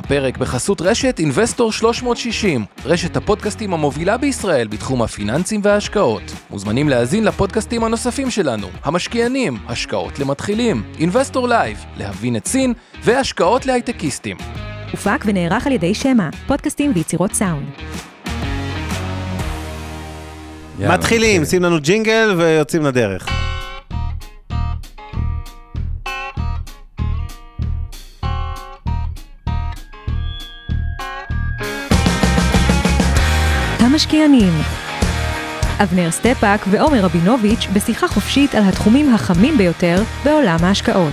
הפרק בחסות רשת אינבסטור 360, רשת הפודקאסטים המובילה בישראל בתחום הפיננסים וההשקעות. מוזמנים להאזין לפודקאסטים הנוספים שלנו, המשקיענים, השקעות למתחילים, אינבסטור לייב, להבין את סין והשקעות להייטקיסטים. הופק ונערך על ידי שמה, פודקאסטים ויצירות סאונד. מתחילים, שים לנו ג'ינגל ויוצאים לדרך. המשקיענים. אבנר סטפאק ועומר רבינוביץ' בשיחה חופשית על התחומים החמים ביותר בעולם ההשקעות.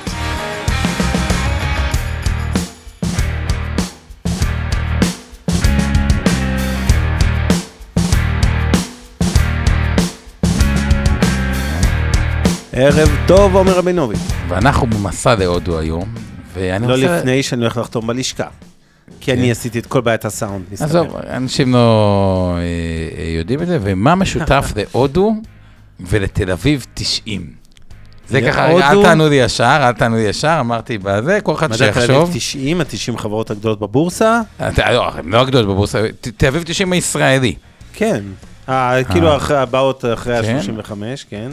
ערב טוב, עומר רבינוביץ'. ואנחנו במסע להודו היום, ואני לא לפני שאני הולך לחתום בלשכה. כי אני עשיתי את כל בעיית הסאונד. עזוב, אנשים לא יודעים את זה, ומה משותף להודו ולתל אביב 90? זה ככה, אל תענו לי ישר, אמרתי בזה, כל אחד שיחשוב. תל אביב 90, ה-90 חברות הגדולות בבורסה? לא הגדולות בבורסה, תל אביב 90 הישראלי. כן, כאילו הבאות אחרי ה-35, כן.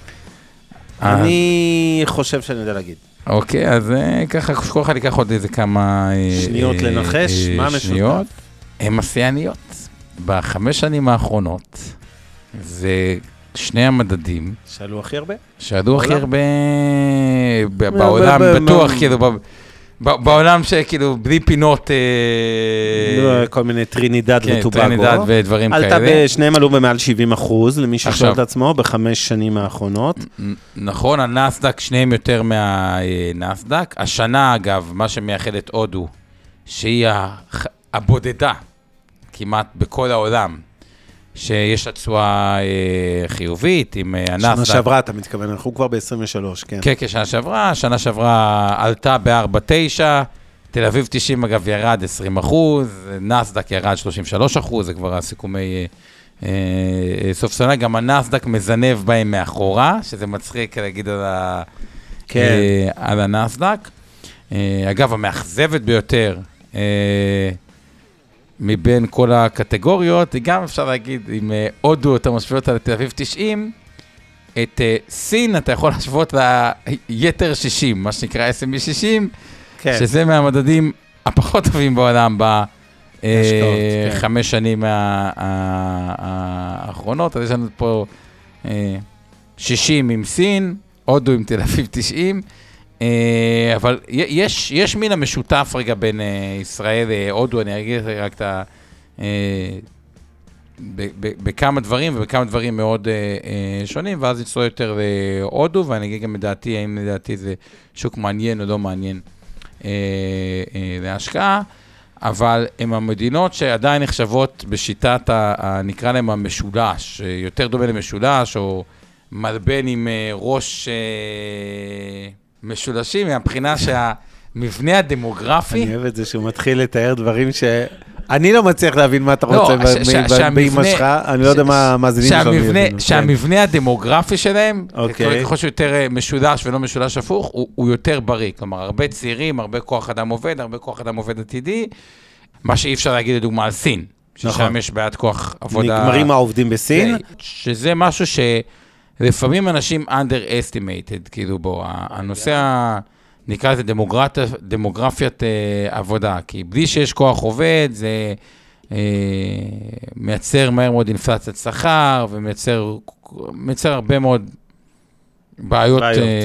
אני חושב שאני יודע להגיד. אוקיי, אז ככה, כל אחד ייקח עוד איזה כמה שניות לנחש, מה משותף? הם השיאניות. בחמש שנים האחרונות, זה שני המדדים. שאלו הכי הרבה? שאלו הכי הרבה בעולם, בטוח, כאילו, בעולם שכאילו בלי פינות... כל מיני טרינידד וטובגו. טרינידד ודברים כאלה. שניהם עלו במעל 70%, למי ששואל את עצמו, בחמש שנים האחרונות. נכון, הנסדק, שניהם יותר מהנסדק. השנה, אגב, מה שמייחד את הודו, שהיא הבודדה, כמעט בכל העולם, שיש הצועה חיובית עם הנסדק. שנה שעברה, אתה מתכוון, אנחנו כבר ב-23, כן. כן, שנה שעברה עלתה ב-4.9, תל אביב 90 אגב ירד 20%, נסדק ירד 33%, זה כבר הסיכומי סוף שנה, גם הנסדק מזנב בהם מאחורה, שזה מצחיק להגיד על הנסדק. אגב, המאכזבת ביותר, מבין כל הקטגוריות, גם אפשר להגיד, עם הודו אתה משווה על תל אביב 90, את סין אתה יכול להשוות ליתר 60, מה שנקרא S&P 60, כן. שזה מהמדדים הפחות טובים בעולם בחמש שנים האחרונות, אז יש לנו פה 60 עם סין, הודו עם תל אביב 90, אבל יש מין המשותף רגע בין ישראל להודו, אני אגיד רק את בכמה דברים, ובכמה דברים מאוד שונים, ואז נצטרך יותר להודו, ואני אגיד גם לדעתי, האם לדעתי זה שוק מעניין או לא מעניין להשקעה, אבל הן המדינות שעדיין נחשבות בשיטת, נקרא להם המשולש, יותר דומה למשולש, או מלבן עם ראש משולשים, מהבחינה שהמבנה הדמוגרפי... אני אוהב את זה שהוא מתחיל לתאר דברים אני לא מצליח להבין מה אתה רוצה באמא שלך, אני לא יודע מה המאזינים שלנו. שהמבנה הדמוגרפי שלהם, ככל שהוא יותר משולש ולא משולש הפוך, הוא יותר בריא. כלומר, הרבה צעירים, הרבה כוח אדם עובד עתידי, מה שאי אפשר להגיד לדוגמה על סין, ששם יש בעיית כוח עבודה. נגמרים העובדים בסין? שזה משהו שלפעמים אנשים underestimated, כאילו בו, הנושא נקרא לזה דמוגרפיית עבודה, כי בלי שיש כוח עובד, זה מייצר מהר מאוד אינפלציית שכר, ומייצר הרבה מאוד בעיות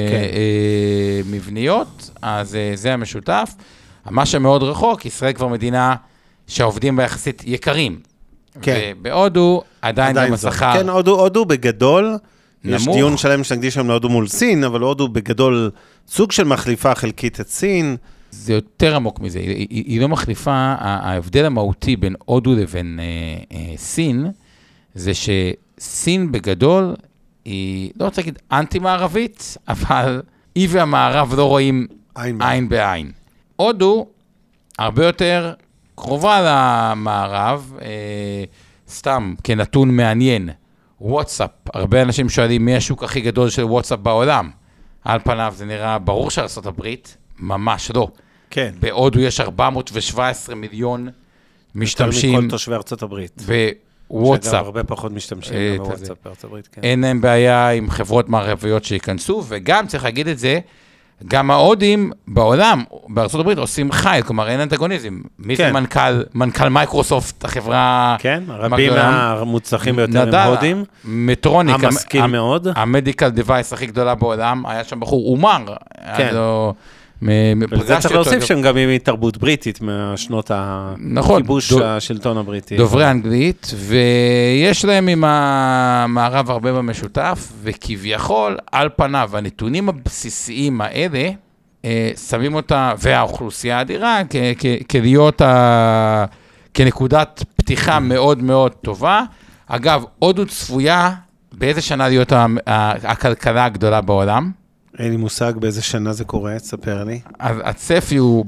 מבניות, אז זה המשותף. מה שמאוד רחוק, ישראל כבר מדינה שהעובדים ביחסית יקרים. כן. ובהודו עדיין גם השכר. כן, הודו בגדול, יש דיון שלם שנקדיש שם להודו מול סין, אבל הודו בגדול סוג של מחליפה חלקית את סין. זה יותר עמוק מזה, היא לא מחליפה, ההבדל המהותי בין הודו לבין סין, זה שסין בגדול, היא לא רוצה להגיד אנטי-מערבית, אבל היא והמערב לא רואים עין בעין. הודו הרבה יותר קרובה למערב, סתם כנתון מעניין, וואטסאפ, הרבה אנשים שואלים מי השוק הכי גדול של וואטסאפ בעולם, על פניו זה נראה ברור שארצות הברית, ממש לא. כן. בהודו יש 417 מיליון משתמשים. יותר מכל תושבי ארצות הברית. בוואטסאפ. שגם הרבה פחות משתמשים בוואטסאפ בארצות הברית, כן. אין להם בעיה עם חברות מערביות שיכנסו, וגם, צריך להגיד את זה, גם ההודים בעולם, בארצות הברית, עושים חייל, כלומר, אין אנטגוניזם. מי זה מנכ"ל מייקרוסופט, החברה... כן, רבים מהמוצלחים ביותר הם הודים. מטרוניק, המשכיל מאוד. המדיקל דיווייס הכי גדולה בעולם, היה שם בחור אומר. כן. וזה צריך להוסיף שהם גם עם תרבות בריטית מהשנות הכיבוש השלטון הבריטי. דוברי אנגלית, ויש להם עם המערב הרבה במשותף, וכביכול, על פניו, הנתונים הבסיסיים האלה, שמים אותה, והאוכלוסייה האדירה, כלהיות, כנקודת פתיחה מאוד מאוד טובה. אגב, הודו צפויה, באיזה שנה להיות הכלכלה הגדולה בעולם? אין לי מושג באיזה שנה זה קורה, תספר לי. אז הצפי הוא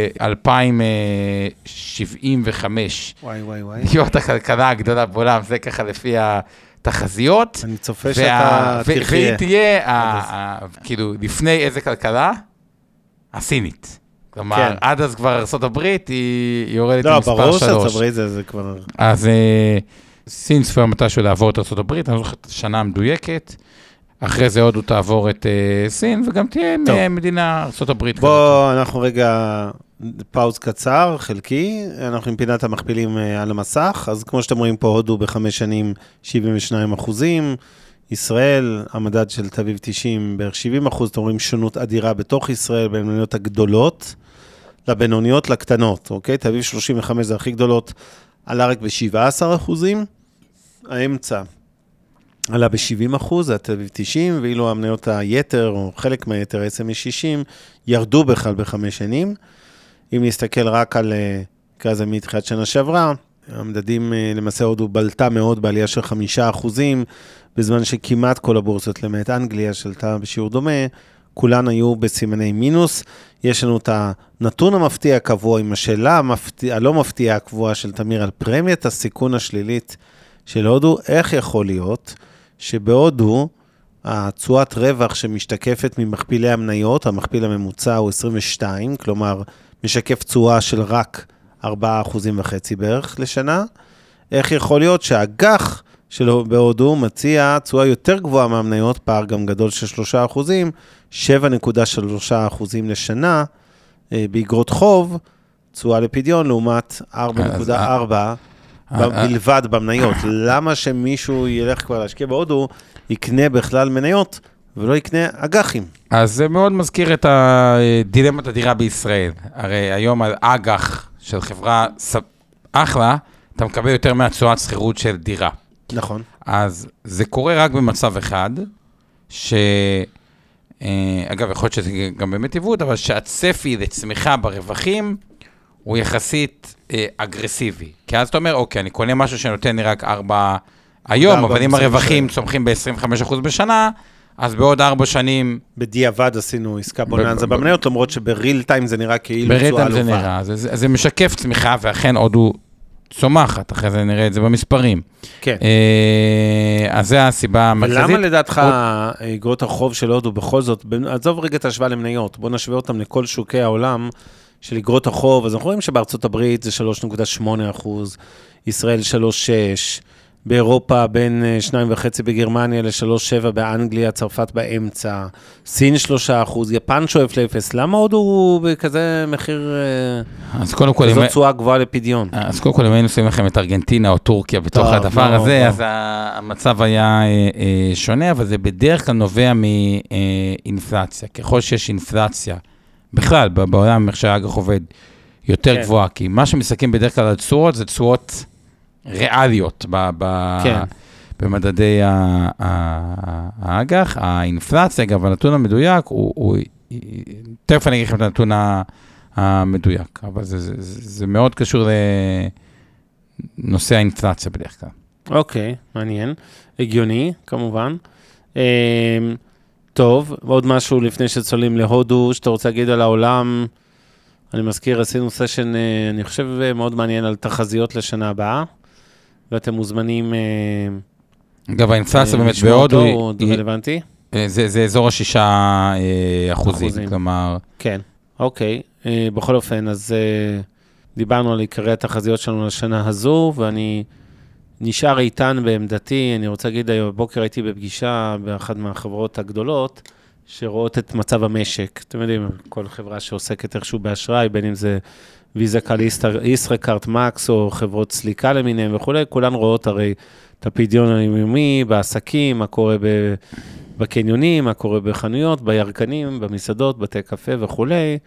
ב-2075. וואי. להיות הכלכלה הגדולה בעולם, זה ככה לפי התחזיות. אני צופה שאתה תחיה. והיא תהיה, כאילו, לפני איזה כלכלה? הסינית. כלומר, עד אז כבר ארצות הברית, היא יורדת למספר 3. לא, ברור שארצות הברית זה כבר... אז סין צפויה מתישהו לעבור את ארצות הברית, אני לא זוכר את השנה המדויקת. אחרי זה הודו תעבור את סין, וגם תהיה מדינה ארצות הברית. בוא, אנחנו רגע פאוז קצר, חלקי, אנחנו עם פינת המכפילים על המסך, אז כמו שאתם רואים פה, הודו ב5 שנים 72%, ישראל, המדד של תל אביב 90, בערך 70%, אתם רואים שונות אדירה בתוך ישראל, בינוניות הגדולות, לבינוניות לקטנות, אוקיי? תל אביב 35 זה הכי גדולות, עלה רק ב17%, האמצע. עלה ב-70%, זה תל אביב 90, ואילו המניות היתר, או חלק מהיתר, SM60, ירדו בכלל ב5 שנים. אם נסתכל רק על כזה מתחילת שנה שעברה, המדדים למעשה הודו בלטה מאוד בעלייה של 5%, בזמן שכמעט כל הבורסות, למעט אנגליה, שלטה בשיעור דומה, כולן היו בסימני מינוס. יש לנו את הנתון המפתיע הקבוע, עם השאלה הלא מפתיעה הקבועה של תמיר על פרמיית הסיכון השלילית של הודו, איך יכול להיות שבהודו הצועת רווח שמשתקפת ממכפילי המניות, המכפיל הממוצע הוא 22, כלומר משקף צועה של רק 4.5% בערך לשנה, איך יכול להיות שהאג"ח שלו בהודו מציע צועה יותר גבוהה מהמניות, פער גם גדול של 3%, 7.3% לשנה, באגרות חוב, צועה לפדיון לעומת 4.4%, בלבד במניות. למה שמישהו ילך כבר להשקיע בהודו, יקנה בכלל מניות, ולא יקנה אג"חים? אז זה מאוד מזכיר את הדילמת הדירה בישראל. הרי היום על אג"ח של חברה אחלה, אתה מקבל יותר מהתשואת שכירות של דירה. נכון. אז זה קורה רק במצב אחד, אגב, יכול להיות שזה גם באמת עיוות, אבל שהצפי לצמיחה ברווחים, הוא יחסית אגרסיבי. כי אז אתה אומר, אוקיי, אני קונה משהו שנותן לי רק 4 היום, אבל אם הרווחים צומחים ב-25% בשנה, אז בעוד 4 שנים... בדיעבד עשינו עסקה בוננזה במניות, למרות שבריל טיים זה נראה כאילו צועה אלופה. בריל טיים זה נראה, זה משקף צמיחה, ואכן עוד הוא צומחת, אחרי זה נראה את זה במספרים. כן. אז זה הסיבה המרכזית. ולמה לדעתך אגרות החוב של הודו בכל זאת, עזוב רגע את ההשוואה למניות, בוא נשווה אותם לכל שוקי העולם, של אגרות החוב, אז אנחנו רואים שבארצות הברית זה 3.8%, ישראל 3.6%, באירופה בין 2.5% בגרמניה ל3.7% באנגליה, צרפת באמצע, סין 3%, יפן שואף ל0, למה עוד הוא בכזה מחיר, כזאת תשואה גבוהה לפדיון? אז קודם כל, אם היינו שמים לכם את ארגנטינה או טורקיה בתוך הדבר הזה, אז המצב היה שונה, אבל זה בדרך כלל נובע מאינפלציה. ככל שיש אינפלציה, בכלל, בעולם איך שהאג"ח עובד יותר גבוהה, כי מה שמסתכלים בדרך כלל על תשואות, זה תשואות ריאליות במדדי האג"ח. האינפלציה, גם הנתון המדויק, תכף אני אגיד לכם את הנתון המדויק, אבל זה מאוד קשור לנושא האינפלציה בדרך כלל. אוקיי, מעניין. הגיוני, כמובן. טוב, ועוד משהו לפני שצולים להודו, שאתה רוצה להגיד על העולם, אני מזכיר, עשינו סשן, אני חושב מאוד מעניין על תחזיות לשנה הבאה, ואתם מוזמנים אגב, האינפלציה באמת בהודו, זה רלוונטי? זה אזור 6%, כלומר... כן, אוקיי. בכל אופן, אז דיברנו על עיקרי התחזיות שלנו לשנה הזו, ואני נשאר איתן בעמדתי. אני רוצה להגיד, בבוקר הייתי בפגישה באחת מהחברות הגדולות, שרואות את מצב המשק. אתם יודעים, כל חברה שעוסקת איכשהו באשראי, בין אם זה ויזה קל, ישראכרט, מקס, או חברות סליקה למיניהם וכו', כולן רואות הרי את הפדיון היומי, בעסקים, מה קורה בקניונים, מה קורה בחנויות, בירקנים, במסעדות, בתי קפה וכו'.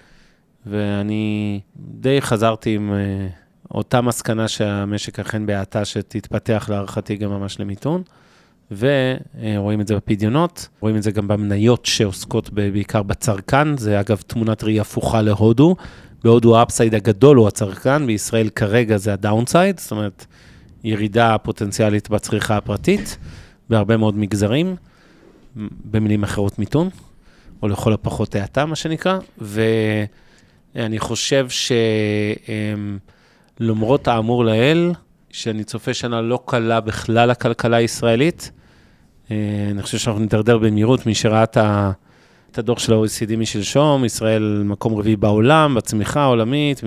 ואני די חזרתי עם אותה מסקנה שהמשק אכן בהאטה שתתפתח להערכתי גם ממש למיתון, ורואים את זה בפדיונות, רואים את זה גם במניות שעוסקות בעיקר בצרכן, זה אגב תמונת ראי הפוכה להודו, בהודו האפסייד הגדול הוא הצרכן, בישראל כרגע זה הדאונסייד, זאת אומרת ירידה פוטנציאלית בצריכה הפרטית, בהרבה מאוד מגזרים, במילים אחרות מיתון, או לכל הפחות האטה מה שנקרא, ואני חושב שלמרות האמור לאל, שאני צופה שנה לא קלה בכלל הכלכלה הישראלית, אני חושב שאנחנו נדרדר במהירות, מי שראה את הדוח של ה-OECD משלשום, ישראל מקום רביעי בעולם, בצמיחה העולמית,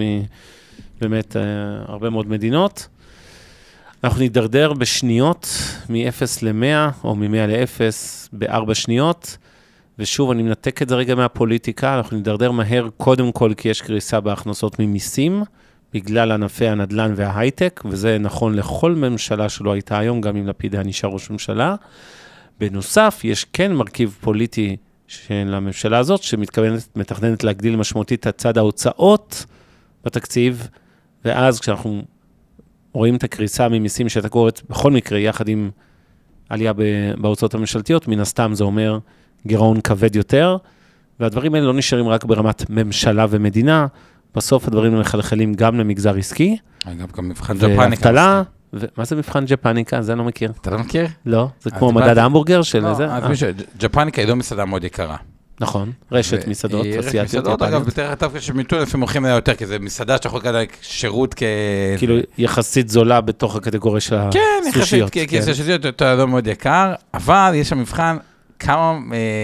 באמת הרבה מאוד מדינות. אנחנו נדרדר בשניות, מ-0 ל-100, או מ-100 ל-0, ב-4 שניות, ושוב, אני מנתק את זה רגע מהפוליטיקה, אנחנו נדרדר מהר קודם כל, כי יש קריסה בהכנסות ממיסים, בגלל ענפי הנדל"ן וההייטק, וזה נכון לכל ממשלה שלא הייתה היום, גם אם לפיד היה נשאר ראש ממשלה. בנוסף, יש כן מרכיב פוליטי של הממשלה הזאת, שמתכננת להגדיל משמעותית את הצד ההוצאות בתקציב, ואז כשאנחנו רואים את הקריסה ממיסים שאתה קוראת בכל מקרה, יחד עם עלייה בהוצאות הממשלתיות, מן הסתם זה אומר גירעון כבד יותר, והדברים האלה לא נשארים רק ברמת ממשלה ומדינה, בסוף הדברים מחלחלים גם למגזר עסקי. גם מבחן ג'פניקה. מה זה מבחן ג'פניקה? זה אני לא מכיר. אתה לא מכיר? לא, זה כמו מדד ההמבורגר של זה. ג'פניקה היא לא מסעדה מאוד יקרה. נכון, רשת מסעדות אסיאתיות. רשת מסעדות, אגב, בתאר כתב שמיתון לפעמים מוכרים אליה יותר, כי זה מסעדה שאתה יכול לקרוא שירות כאילו יחסית זולה בתוך הקטגוריה של הסושיות. כן, יחסית, כי הסושיות יותר לא מאוד יקר, אבל יש שם מבחן כמה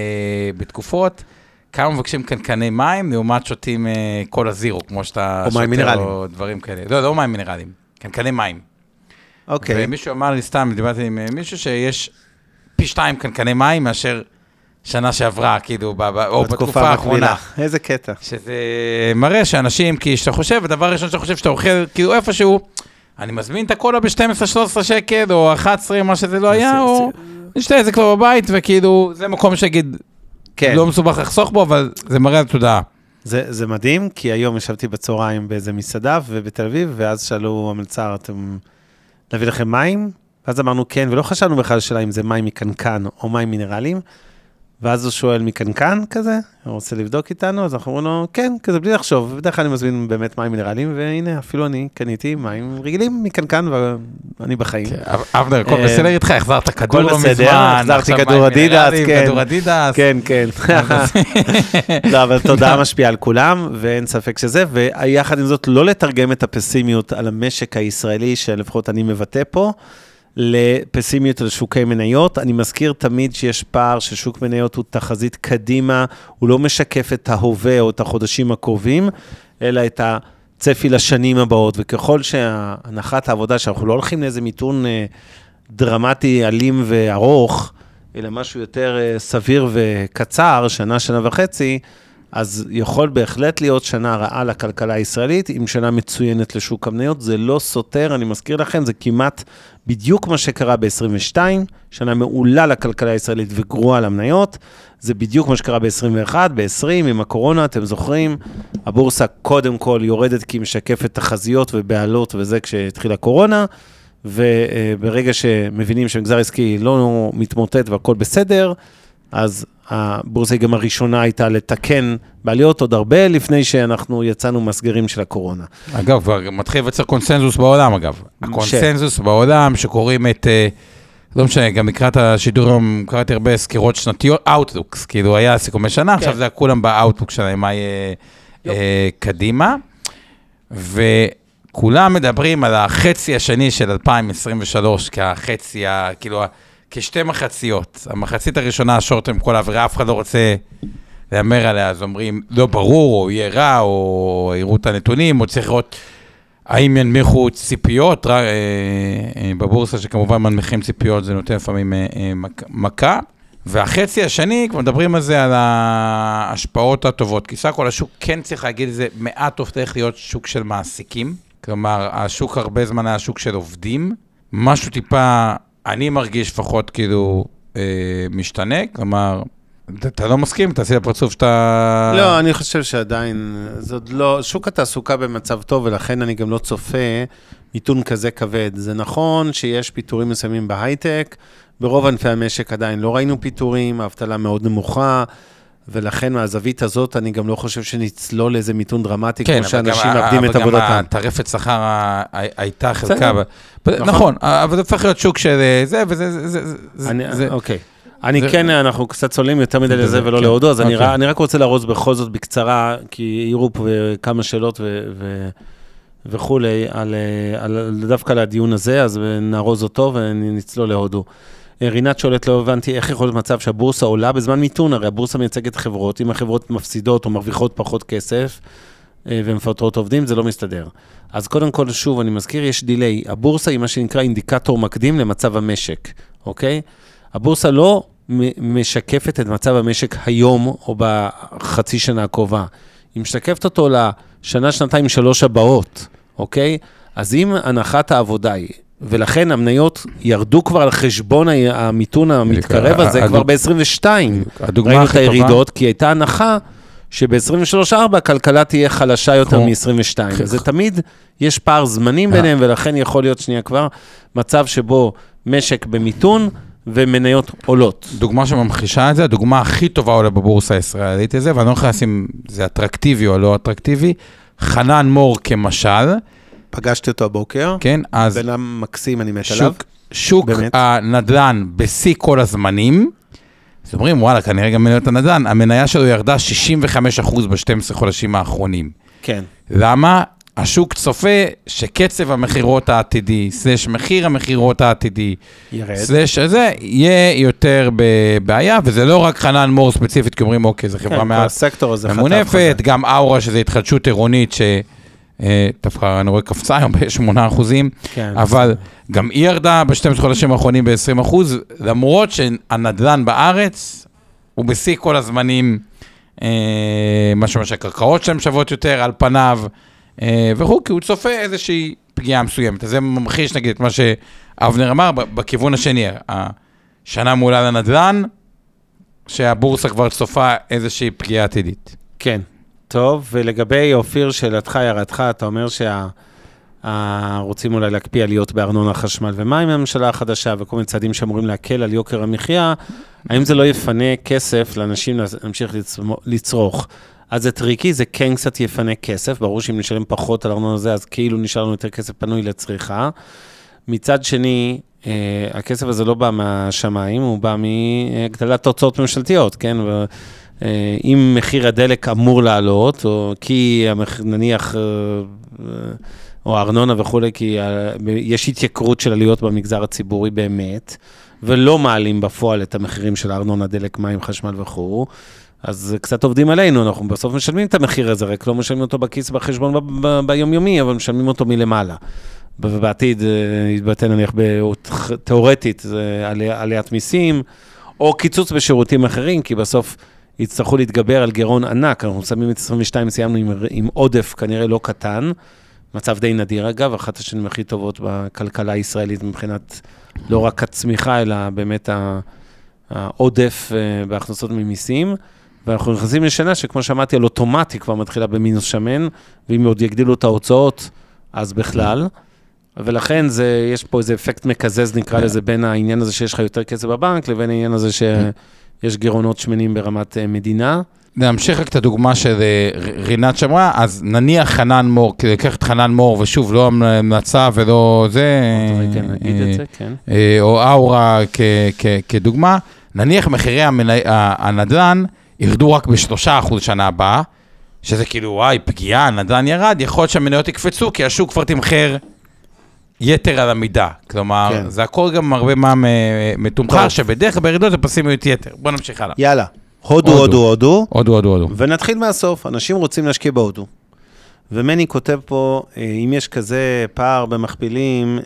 בתקופות, כמה מבקשים קנקני מים, לעומת שותים כל הזירו, כמו שאתה שותה, או מים מינרליים. או דברים כאלה. לא, לא מים מינרליים, קנקני מים. אוקיי. ומישהו אמר לי סתם, דיברתי עם מישהו שיש פי 2 קנקני מים מאשר שנה שעברה, כאילו, או בתקופה האחרונה. איזה קטע. שזה מראה שאנשים, כי שאתה חושב, הדבר הראשון שאתה חושב שאתה אוכל, כאילו איפשהו, אני מזמין את הקולה ב-12-13 שקל, או 11, מה שזה לא היה, או נשתה את זה כבר בבית, וכאילו, זה מקום שיגיד, לא מסובך לחסוך בו, אבל זה מראה על תודעה. זה מדהים, כי היום ישבתי בצהריים באיזה מסעדה, ובתל אביב, ואז שאלו המלצר, אתם נביא לכם מים? ואז אמרנו כן, ולא חשבנו בכלל שאלה אם זה מים מקנקן או מים מינרליים, ואז הוא שואל מקנקן כזה, הוא רוצה לבדוק איתנו, אז אנחנו אומרים לו, כן, כזה בלי לחשוב, ובדרך כלל אני מזמין באמת מים מינרליים, והנה, אפילו אני קניתי מים רגילים מקנקן, ואני בחיים. אבנר, הכל בסדר איתך, החזרת כדור לא מזמן, החזרתי כדור אדידס, כן, כן. לא, אבל תודעה משפיעה על כולם, ואין ספק שזה, ויחד עם זאת, לא לתרגם את הפסימיות על המשק הישראלי, שלפחות אני מבטא פה, לפסימיות על שוקי מניות. אני מזכיר תמיד שיש פער ששוק מניות הוא תחזית קדימה, הוא לא משקף את ההווה או את החודשים הקרובים, אלא את הצפי לשנים הבאות, וככל שהנחת העבודה שאנחנו לא הולכים לאיזה מיתון דרמטי, אלים וארוך, אלא משהו יותר סביר וקצר, שנה, שנה וחצי, אז יכול בהחלט להיות שנה רעה לכלכלה הישראלית, עם שנה מצוינת לשוק המניות, זה לא סותר, אני מזכיר לכם, זה כמעט בדיוק מה שקרה ב-22, שנה מעולה לכלכלה הישראלית וגרועה למניות, זה בדיוק מה שקרה ב-21, ב-20, עם הקורונה, אתם זוכרים, הבורסה קודם כל יורדת כי היא משקפת תחזיות ובעלות וזה כשהתחילה הקורונה, וברגע שמבינים שמגזר עסקי לא מתמוטט והכל בסדר, אז הבורסה גם הראשונה הייתה לתקן בעליות עוד הרבה לפני שאנחנו יצאנו מסגרים של הקורונה. אגב, כבר מתחיל לבצר קונסנזוס בעולם, אגב. הקונסנזוס בעולם שקוראים את, לא משנה, גם לקראת השידור, קראתי הרבה סקירות שנתיות, Outlooks, כאילו היה סיכומי שנה, עכשיו זה כולם ב-Outlook שלה, מה יהיה קדימה, וכולם מדברים על החצי השני של 2023, כחצי, כאילו, כשתי מחציות. המחצית הראשונה, השורטם, כל העבירה, אף אחד לא רוצה להמר עליה, אז אומרים, לא ברור, או יהיה רע, או יראו את הנתונים, או צריך לראות האם ינמיכו ציפיות, בבורסה שכמובן מנמיכים ציפיות, זה נותן לפעמים מכה, והחצי השני, כבר מדברים על זה, על ההשפעות הטובות, כי סך הכל השוק כן צריך להגיד, זה מעט הופך להיות שוק של מעסיקים, כלומר, השוק הרבה זמן היה שוק של עובדים, משהו טיפה, אני מרגיש לפחות כאילו משתנה, כלומר, אתה לא מסכים, תעשי לפרצוף שאתה... לא, אני חושב שעדיין, זאת לא, שוק התעסוקה במצב טוב, ולכן אני גם לא צופה מיתון כזה כבד. זה נכון שיש פיתורים מסוימים בהייטק, ברוב ענפי המשק עדיין לא ראינו פיתורים, האבטלה מאוד נמוכה, ולכן מהזווית הזאת אני גם לא חושב שנצלול איזה מיתון דרמטי, כמו שאנשים מאבדים את עבודתם. אבל גם הטרפת שכר הייתה חלקה. נכון, אבל זה הופך להיות שוק של זה, וזה... אוקיי. אני כן, אנחנו קצת צוללים יותר מדי לזה ולא להודו, אז אני רק רוצה להרוץ בכל זאת בקצרה, כי העירו פה כמה שאלות וכולי, דווקא לדיון הזה, אז נארוז אותו ונצלול להודו. רינת שואלת, לא הבנתי איך יכול להיות מצב שהבורסה עולה בזמן מיתון, הרי הבורסה מייצגת חברות, אם החברות מפסידות או מרוויחות פחות כסף, ומפטרות עובדים, זה לא מסתדר. אז קודם כל, שוב, אני מזכיר, יש דיליי. הבורסה היא מה שנקרא אינדיקטור מקדים למצב המשק, אוקיי? הבורסה לא משקפת את מצב המשק היום או בחצי שנה הקרובה. היא משקפת אותו לשנה, שנתיים, 3 הבאות, אוקיי? אז אם הנחת העבודה היא, ולכן המניות ירדו כבר על חשבון המיתון המתקרב הזה, כבר ב-22. ראינו את הירידות, כי הייתה הנחה שב-23-4 הכלכלה תהיה חלשה יותר מ-22. זה תמיד, יש פער זמנים ביניהם, ולכן יכול להיות שנייה כבר מצב שבו משק במיתון, ומניות עולות. דוגמה שממחישה את זה, הדוגמה הכי טובה עולה בבורסה הישראלית הזה, ואני לא יכול לשים, זה אטרקטיבי או לא אטרקטיבי, חנן מור כמשל. פגשתי אותו הבוקר. כן, אז... בן מקסים, אני מת עליו. שוק הנדל"ן בשיא כל הזמנים, אז אומרים, וואלה, כנראה גם מניות הנדל"ן, המניה שלו ירדה 65% ב-12 חודשים האחרונים. כן. למה? השוק צופה שקצב המחירות העתידי, סלש מחיר המחירות העתידי, סלש הזה, יהיה יותר בבעיה, וזה לא רק חנן מור ספציפית, כי אומרים, אוקיי, זו חברה מעט ממונפת, גם אורה, שזו התחדשות עירונית, שדווקא אני רואה קפצה היום ב-8%, אבל גם היא ירדה ב-12 חודשים האחרונים ב-20%, למרות שהנדל"ן בארץ, הוא בשיא כל הזמנים, משהו שהקרקעות שלהם שוות יותר על פניו, וכו', כי הוא צופה איזושהי פגיעה מסוימת. אז זה ממחיש, נגיד, את מה שאבנר אמר, בכיוון השני, השנה מעולה לנדל"ן, שהבורסה כבר צופה איזושהי פגיעה עתידית. כן, טוב, ולגבי אופיר שאלתך, ירדך, אתה אומר רוצים אולי להקפיא עליות בארנונה, חשמל ומים הממשלה החדשה, וכל מיני צעדים שאמורים להקל על יוקר המחיה, האם זה לא יפנה כסף לאנשים להמשיך לצרוך? אז זה טריקי, זה כן קצת יפנה כסף, ברור שאם נשלם פחות על ארנונה הזה, אז כאילו נשאר לנו יותר כסף פנוי לצריכה. מצד שני, הכסף הזה לא בא מהשמיים, הוא בא מהגדלת תוצאות ממשלתיות, כן? אם מחיר הדלק אמור לעלות, או כי נניח, או הארנונה וכו', כי יש התייקרות של עליות במגזר הציבורי באמת, ולא מעלים בפועל את המחירים של הארנונה, דלק, מים, חשמל וכו', אז קצת עובדים עלינו, אנחנו בסוף משלמים את המחיר הזה, רק לא משלמים אותו בכיס בחשבון ביומיומי, אבל משלמים אותו מלמעלה. ובעתיד יתבטא נניח תיאורטית, זה עליית מיסים, או קיצוץ בשירותים אחרים, כי בסוף יצטרכו להתגבר על גירעון ענק, אנחנו שמים את 22, סיימנו עם עודף כנראה לא קטן, מצב די נדיר אגב, אחת השנים הכי טובות בכלכלה הישראלית, מבחינת לא רק הצמיחה, אלא באמת העודף בהכנסות ממיסים, ואנחנו נכנסים לשנה שכמו שאמרתי, על אוטומטי כבר מתחילה במינוס שמן, ואם עוד יגדילו את ההוצאות, אז בכלל, ולכן יש פה איזה אפקט מקזז, נקרא לזה, בין העניין הזה שיש לך יותר כסף בבנק, לבין העניין הזה שיש גירעונות שמנים ברמת מדינה. נמשיך רק את הדוגמה של רינת שמרה, אז נניח חנן מור, כדי לקח את חנן מור, ושוב, לא המלצה ולא זה, או אורה כדוגמה, נניח מחירי הנדל"ן ירדו רק ב3% שנה הבאה, שזה כאילו, וואי, פגיעה, הנדל"ן ירד, יכול להיות שהמניות יקפצו, כי השוק כבר תמחר יתר על המידה. כלומר, זה הכל גם הרבה מה מתומחר, שבדרך כלל בירידות זה פסימיות יתר. בוא נמשיך הלאה. יאללה. הודו. הודו. ונתחיל מהסוף, אנשים רוצים להשקיע בהודו. ומני כותב פה, אם יש כזה פער במכפילים,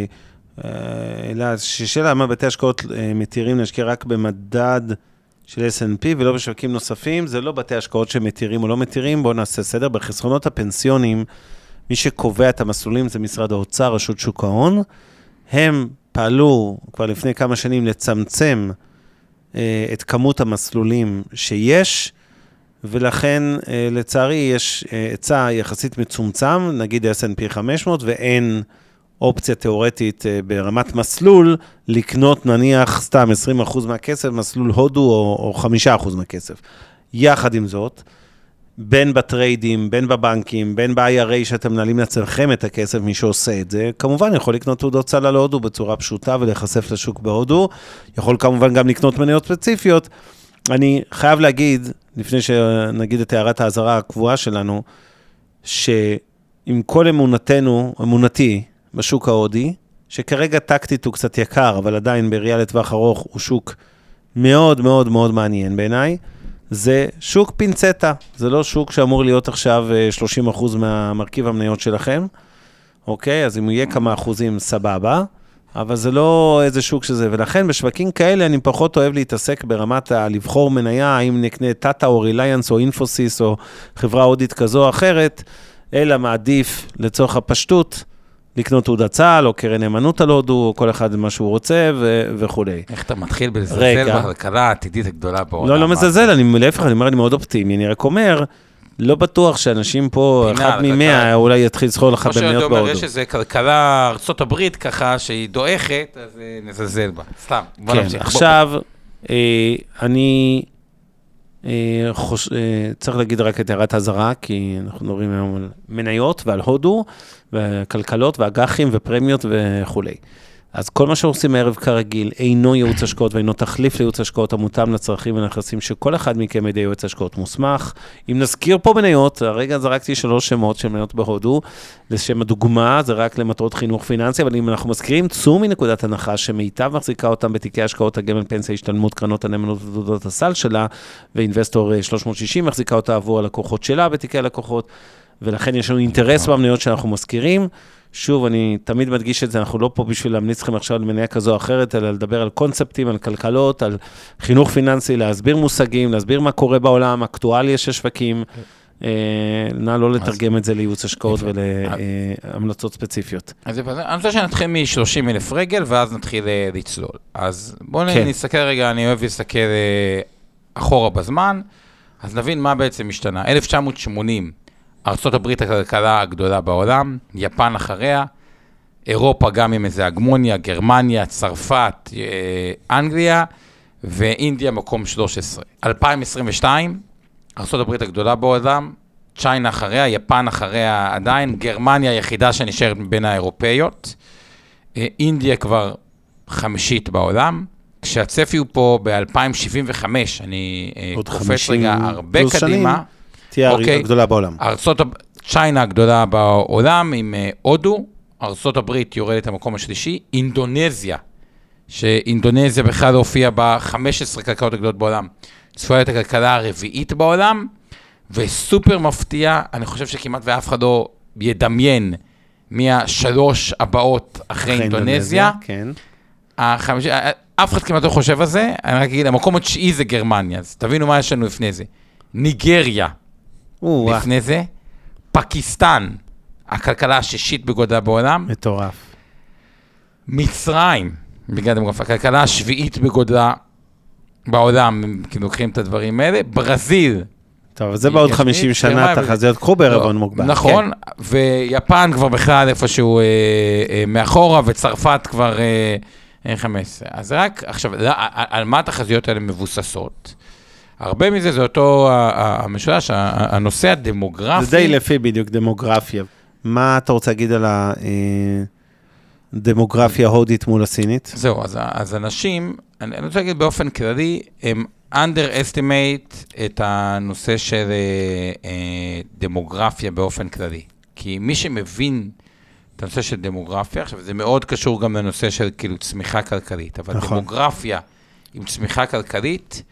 ששאלה מה בתי השקעות מתירים להשקיע רק במדד של S&P ולא בשווקים נוספים, זה לא בתי השקעות שמתירים או לא מתירים, בואו נעשה סדר. בחסכונות הפנסיונים, מי שקובע את המסלולים זה משרד האוצר, רשות שוק ההון, הם פעלו כבר לפני כמה שנים לצמצם את כמות המסלולים שיש, ולכן לצערי יש היצע יחסית מצומצם, נגיד S&P 500, ואין אופציה תיאורטית ברמת מסלול, לקנות נניח סתם 20% מהכסף, מסלול הודו או 5% מהכסף. יחד עם זאת, בין בטריידים, בין בבנקים, בין ב-IRA שאתם מנהלים לעצמכם את הכסף, מי שעושה את זה, כמובן יכול לקנות תעודות סל להודו בצורה פשוטה ולחשף לשוק בהודו, יכול כמובן גם לקנות מניות ספציפיות. אני חייב להגיד, לפני שנגיד את הערת האזהרה הקבועה שלנו, שעם כל אמונתי בשוק ההודי, שכרגע טקטית הוא קצת יקר, אבל עדיין בראייה לטווח ארוך הוא שוק מאוד מאוד מאוד מעניין בעיניי, זה שוק פינצטה, זה לא שוק שאמור להיות עכשיו 30% מהמרכיב המניות שלכם, אוקיי? אז אם הוא יהיה כמה אחוזים סבבה, אבל זה לא איזה שוק שזה, ולכן בשווקים כאלה אני פחות אוהב להתעסק ברמת לבחור מניה, האם נקנה טאטה או ריליינס או אינפוסיס או חברה הודית כזו או אחרת, אלא מעדיף לצורך הפשטות, לקנות תעודת צה"ל או קרן נאמנות על הודו, או כל אחד מה שהוא רוצה וכו'. איך אתה מתחיל בלזלזל בכלכלה העתידית הגדולה בעולם? לא מזלזל, להפך, אני אומר, אני מאוד אופטימי, אני רק אומר, לא בטוח שאנשים פה, אחד מ-100 אולי יתחיל לזכור לך במניות בהודו. אומר שזה כלכלה ארצות הברית ככה, שהיא דועכת, אז נזלזל בה. סתם, בוא נמשיך. עכשיו, אני צריך להגיד רק את הערת הזרה, כי אנחנו מדברים היום על מניות ועל הודו, וכלכלות ואג"חים ופרמיות וכו'. אז כל מה שעושים הערב כרגיל, אינו ייעוץ השקעות ואינו תחליף לייעוץ השקעות המותאם לצרכים ונכסים שכל אחד מכם ידי ייעוץ השקעות מוסמך. אם נזכיר פה מניות, הרגע זרקתי 3 שמות של מניות בהודו, לשם הדוגמה, זה רק למטרות חינוך פיננסי, אבל אם אנחנו מזכירים, צאו מנקודת הנחה שמיטב מחזיקה אותם בתיקי השקעות הגמל פנסיה, השתלמות קרנות הנאמנות ותעודות הסל שלה, ואינבסטור 360 מחזיקה אותה עבור הלקוחות שלה בתיקי הלקוחות, ולכן יש לנו אינטרס במניות שאנחנו מזכירים. שוב, אני תמיד מדגיש את זה, אנחנו לא פה בשביל להמליץ לכם עכשיו על מניה כזו או אחרת, אלא לדבר על קונספטים, על כלכלות, על חינוך פיננסי, להסביר מושגים, להסביר מה קורה בעולם, אקטואליה של שווקים, נא לא לתרגם את זה לייעוץ השקעות ולהמלצות ספציפיות. אז אני רוצה שנתחיל מ-30,000 רגל, ואז נתחיל לצלול. אז בואו נסתכל רגע, אני אוהב להסתכל אחורה בזמן, אז נבין מה בעצם השתנה. 1980, ארצות הברית הכלכלה הגדולה בעולם, יפן אחריה, אירופה גם עם איזה הגמוניה, גרמניה, צרפת, אנגליה, ואינדיה מקום 13. 2022, ארצות הברית הגדולה בעולם, צ'יינה אחריה, יפן אחריה עדיין, גרמניה היחידה שנשארת בין האירופאיות, אינדיה כבר 5 בעולם, כשהצפי הוא פה ב-2075, אני קופץ רגע הרבה קדימה, תהיה הגדולה בעולם. צ'יינה הגדולה בעולם עם הודו, ארצות הברית יורדת למקום השלישי, אינדונזיה, שאינדונזיה בכלל הופיעה ב-15 כלכלות הגדולות בעולם, צפויה את הכלכלה הרביעית בעולם, וסופר מפתיע, אני חושב שכמעט ואף אחד לא ידמיין מה3 הבאות אחרי אינדונזיה. כן. אף אחד כמעט לא חושב על זה, אני רק אגיד, המקום התשיעי זה גרמניה, אז תבינו מה יש לנו לפני זה. ניגריה, לפני זה, פקיסטן, הכלכלה השישית בגודלה בעולם. מטורף. מצרים, בגלל דמוגרפיה, הכלכלה השביעית בגודלה בעולם, כי לוקחים את הדברים האלה. ברזיל. טוב, זה בעוד 50 שנה, תחזיות קחו בערבון מוגבל. נכון, ויפן כבר בכלל איפשהו מאחורה, וצרפת כבר 15. אז רק עכשיו, על מה התחזיות האלה מבוססות? הרבה מזה זה אותו המשולש, הנושא הדמוגרפי. זה די לפי בדיוק, דמוגרפיה. מה אתה רוצה להגיד על הדמוגרפיה ההודית מול הסינית? זהו, אז אנשים, אני רוצה להגיד באופן כללי, הם underestimate את הנושא של דמוגרפיה באופן כללי. כי מי שמבין את הנושא של דמוגרפיה, עכשיו זה מאוד קשור גם לנושא של כאילו צמיחה כלכלית, אבל נכון. דמוגרפיה עם צמיחה כלכלית,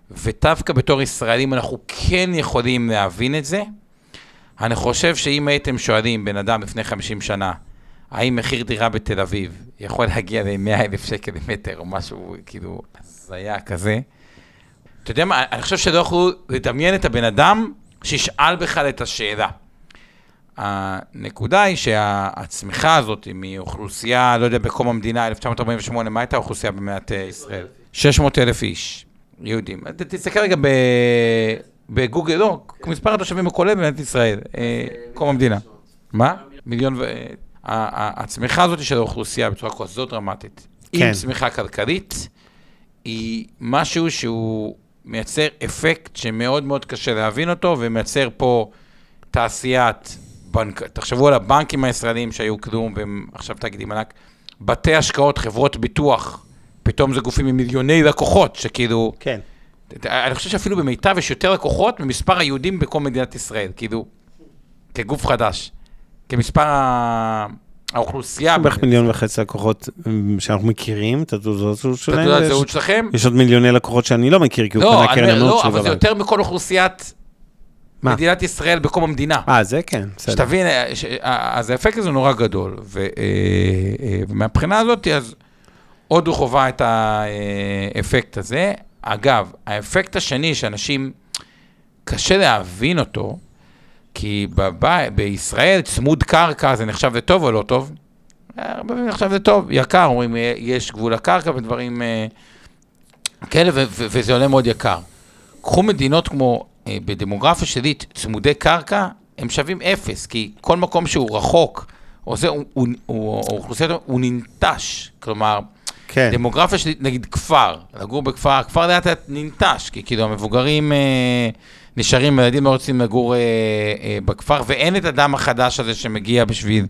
ודווקא בתור ישראלים אנחנו כן יכולים להבין את זה. אני חושב שאם הייתם שואלים בן אדם לפני 50 שנה, האם מחיר דירה בתל אביב יכול להגיע ל-100,000 שקל למטר, או משהו, כאילו, זה היה כזה. אתה יודע מה, אני חושב שלא יכולו לדמיין את הבן אדם שישאל בכלל את השאלה. הנקודה היא שהצמיחה הזאת היא מאוכלוסייה, לא יודע, בקום המדינה, 1948, מה הייתה האוכלוסייה במדינת ישראל? 600,000 איש, יהודים. תסתכל רגע בגוגל, לא, מספר התושבים הכולל במדינת ישראל, קום המדינה. מה? מיליון הצמיחה הזאת של האוכלוסייה בצורה כזאת דרמטית, עם צמיחה כלכלית, היא משהו שהוא מייצר אפקט שמאוד מאוד קשה להבין אותו, ומייצר פה תעשיית, תחשבו על הבנקים הישראלים שהיו כלום, ועכשיו תאגידים ענק, בתי השקעות, חברות ביטוח, פתאום זה גופים עם מיליוני לקוחות, שכאילו, כן. אני חושב שאפילו במיטב יש יותר לקוחות ממספר היהודים בכל מדינת ישראל, כאילו, כגוף חדש, כמספר האוכלוסייה. בערך 1.5 מיליון לקוחות שאנחנו מכירים, את התעודת שלהם. את הזהות שלכם? יש עוד מיליוני לקוחות שאני לא מכיר, כי הוא קנה קרן ענות. לא, אבל זה יותר מכל אוכלוסיית מדינת ישראל בקום המדינה. זה כן. שתבין, אז האפקט הזה נורא גדול, ומהבחינה הזאת, אז עוד הוא חובה את האפקט הזה. אגב, האפקט השני שאנשים קשה להבין אותו, כי בישראל צמוד קרקע זה נחשב לטוב או לא טוב? הרבה פעמים נחשב לטוב, יקר, אומרים, יש גבול לקרקע ודברים כאלה, וזה עולה מאוד יקר. קחו מדינות כמו בדמוגרפיה שלית, צמודי קרקע, הם שווים 0, כי כל מקום שהוא רחוק, הוא ננטש, כלומר, כן. דמוגרפיה שלית, נגיד כפר, לגור בכפר, הכפר לאט ננטש, כי כאילו המבוגרים נשארים, ילדים לא רוצים לגור בכפר, ואין את הדם החדש הזה שמגיע בשביל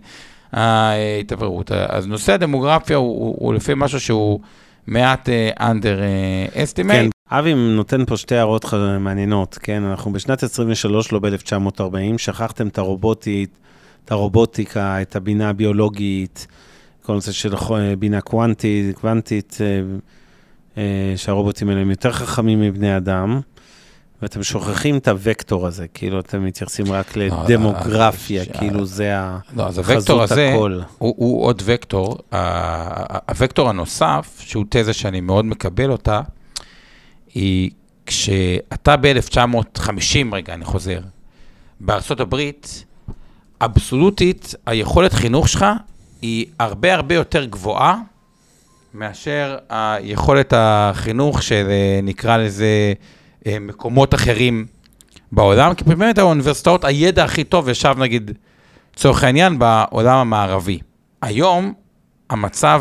ההתעברות. אז נושא הדמוגרפיה הוא לפי משהו שהוא מעט underestimate. כן, אבי נותן פה שתי הערות מעניינות, כן? אנחנו בשנת 23, לא ב-1940, שכחתם את הרובוטיקה, את הבינה הביולוגית, כל נושא של בינה קוונטית, שהרובוטים האלה הם יותר חכמים מבני אדם, ואתם שוכחים את הווקטור הזה, כאילו אתם מתייחסים רק לדמוגרפיה, כאילו זה החזות הכל. הוא עוד וקטור, הוקטור הנוסף, שהוא תזה שאני מאוד מקבל אותה, היא כשאתה ב-1950, רגע אני חוזר, בארצות הברית, אבסולוטית, היכולת חינוך שלך היא הרבה הרבה יותר גבוהה, מאשר היכולת החינוך שנקרא לזה מקומות אחרים בעולם, כי באמת האוניברסיטאות, הידע הכי טוב ישב נגיד צורך העניין בעולם המערבי. היום המצב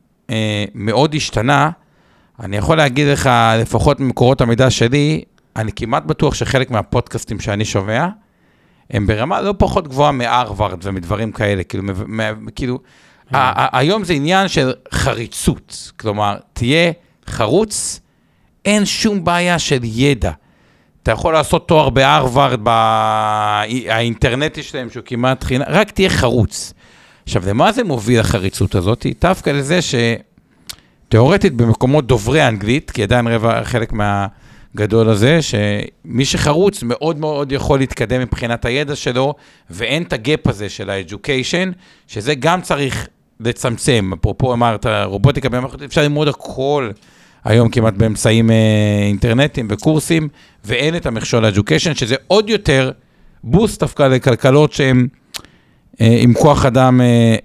מאוד השתנה, אני יכול להגיד לך לפחות ממקורות המידע שלי, אני כמעט בטוח שחלק מהפודקאסטים שאני שומע, הם ברמה לא פחות גבוהה מהרווארד ומדברים כאלה, כאילו, היום זה עניין של חריצות, כלומר, תהיה חרוץ, אין שום בעיה של ידע. אתה יכול לעשות תואר בהרווארד, האינטרנטי שלהם, שהוא כמעט חינם, רק תהיה חרוץ. עכשיו, למה זה מוביל החריצות הזאת? דווקא לזה שתיאורטית במקומות דוברי אנגלית, כי עדיין חלק מהגדול הזה, שמי שחרוץ מאוד מאוד יכול להתקדם מבחינת הידע שלו, ואין את הגאפ הזה של האדיוקיישן, שזה גם צריך לצמצם. אפרופו אמרת, רובוטיקה, אפשר ללמוד הכל, היום כמעט באמצעים אינטרנטיים וקורסים, ואין את המכשול האדיוקיישן, שזה עוד יותר בוסט דווקא לכלכלות שהן עם כוח אדם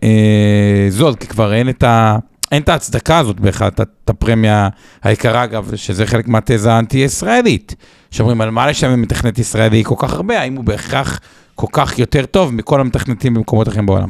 זול, כי כבר אין את ההצדקה הזאת בכלל, את הפרמיה היקרה, אגב, שזה חלק מהתזה האנטי-ישראלית, שאומרים על מה לשם מתכנת ישראלי כל כך הרבה, האם הוא בהכרח כל כך יותר טוב מכל המתכנתים במקומות אחרים בעולם.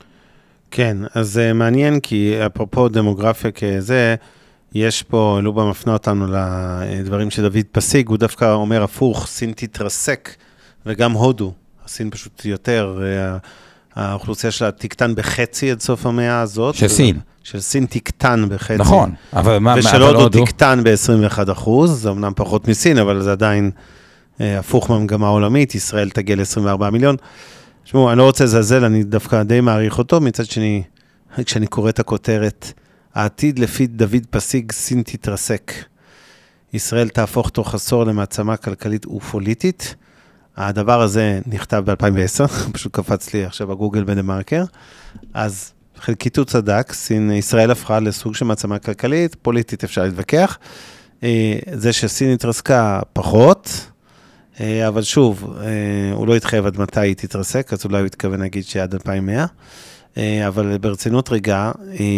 כן, אז מעניין, כי אפרופו דמוגרפיה כזה, יש פה, לובה מפנה אותנו לדברים שדוד פסיק, הוא דווקא אומר הפוך, סין תתרסק, וגם הודו, הסין פשוט יותר, האוכלוסייה שלה תקטן בחצי עד סוף המאה הזאת. של סין. של סין תקטן בחצי. נכון, אבל מה ושל הודו תקטן ב-21%, זה אמנם פחות מסין, אבל זה עדיין הפוך מהמגמה העולמית, ישראל תגיע ל-24 מיליון. תשמעו, אני לא רוצה לזלזל, אני דווקא די מעריך אותו, מצד שני, כשאני קורא את הכותרת, העתיד לפי דוד פסיק, סין תתרסק. ישראל תהפוך תוך עשור למעצמה כלכלית ופוליטית. הדבר הזה נכתב ב-2010, פשוט קפץ לי עכשיו בגוגל בדה-מרקר, אז חלקית הוא צדק, ישראל הפכה לסוג של מעצמה כלכלית, פוליטית אפשר להתווכח, זה שסין התרסקה פחות, אבל שוב, הוא לא התחייב עד מתי היא תתרסק, אז אולי הוא התכוון להגיד שעד 2100, אבל ברצינות רגע,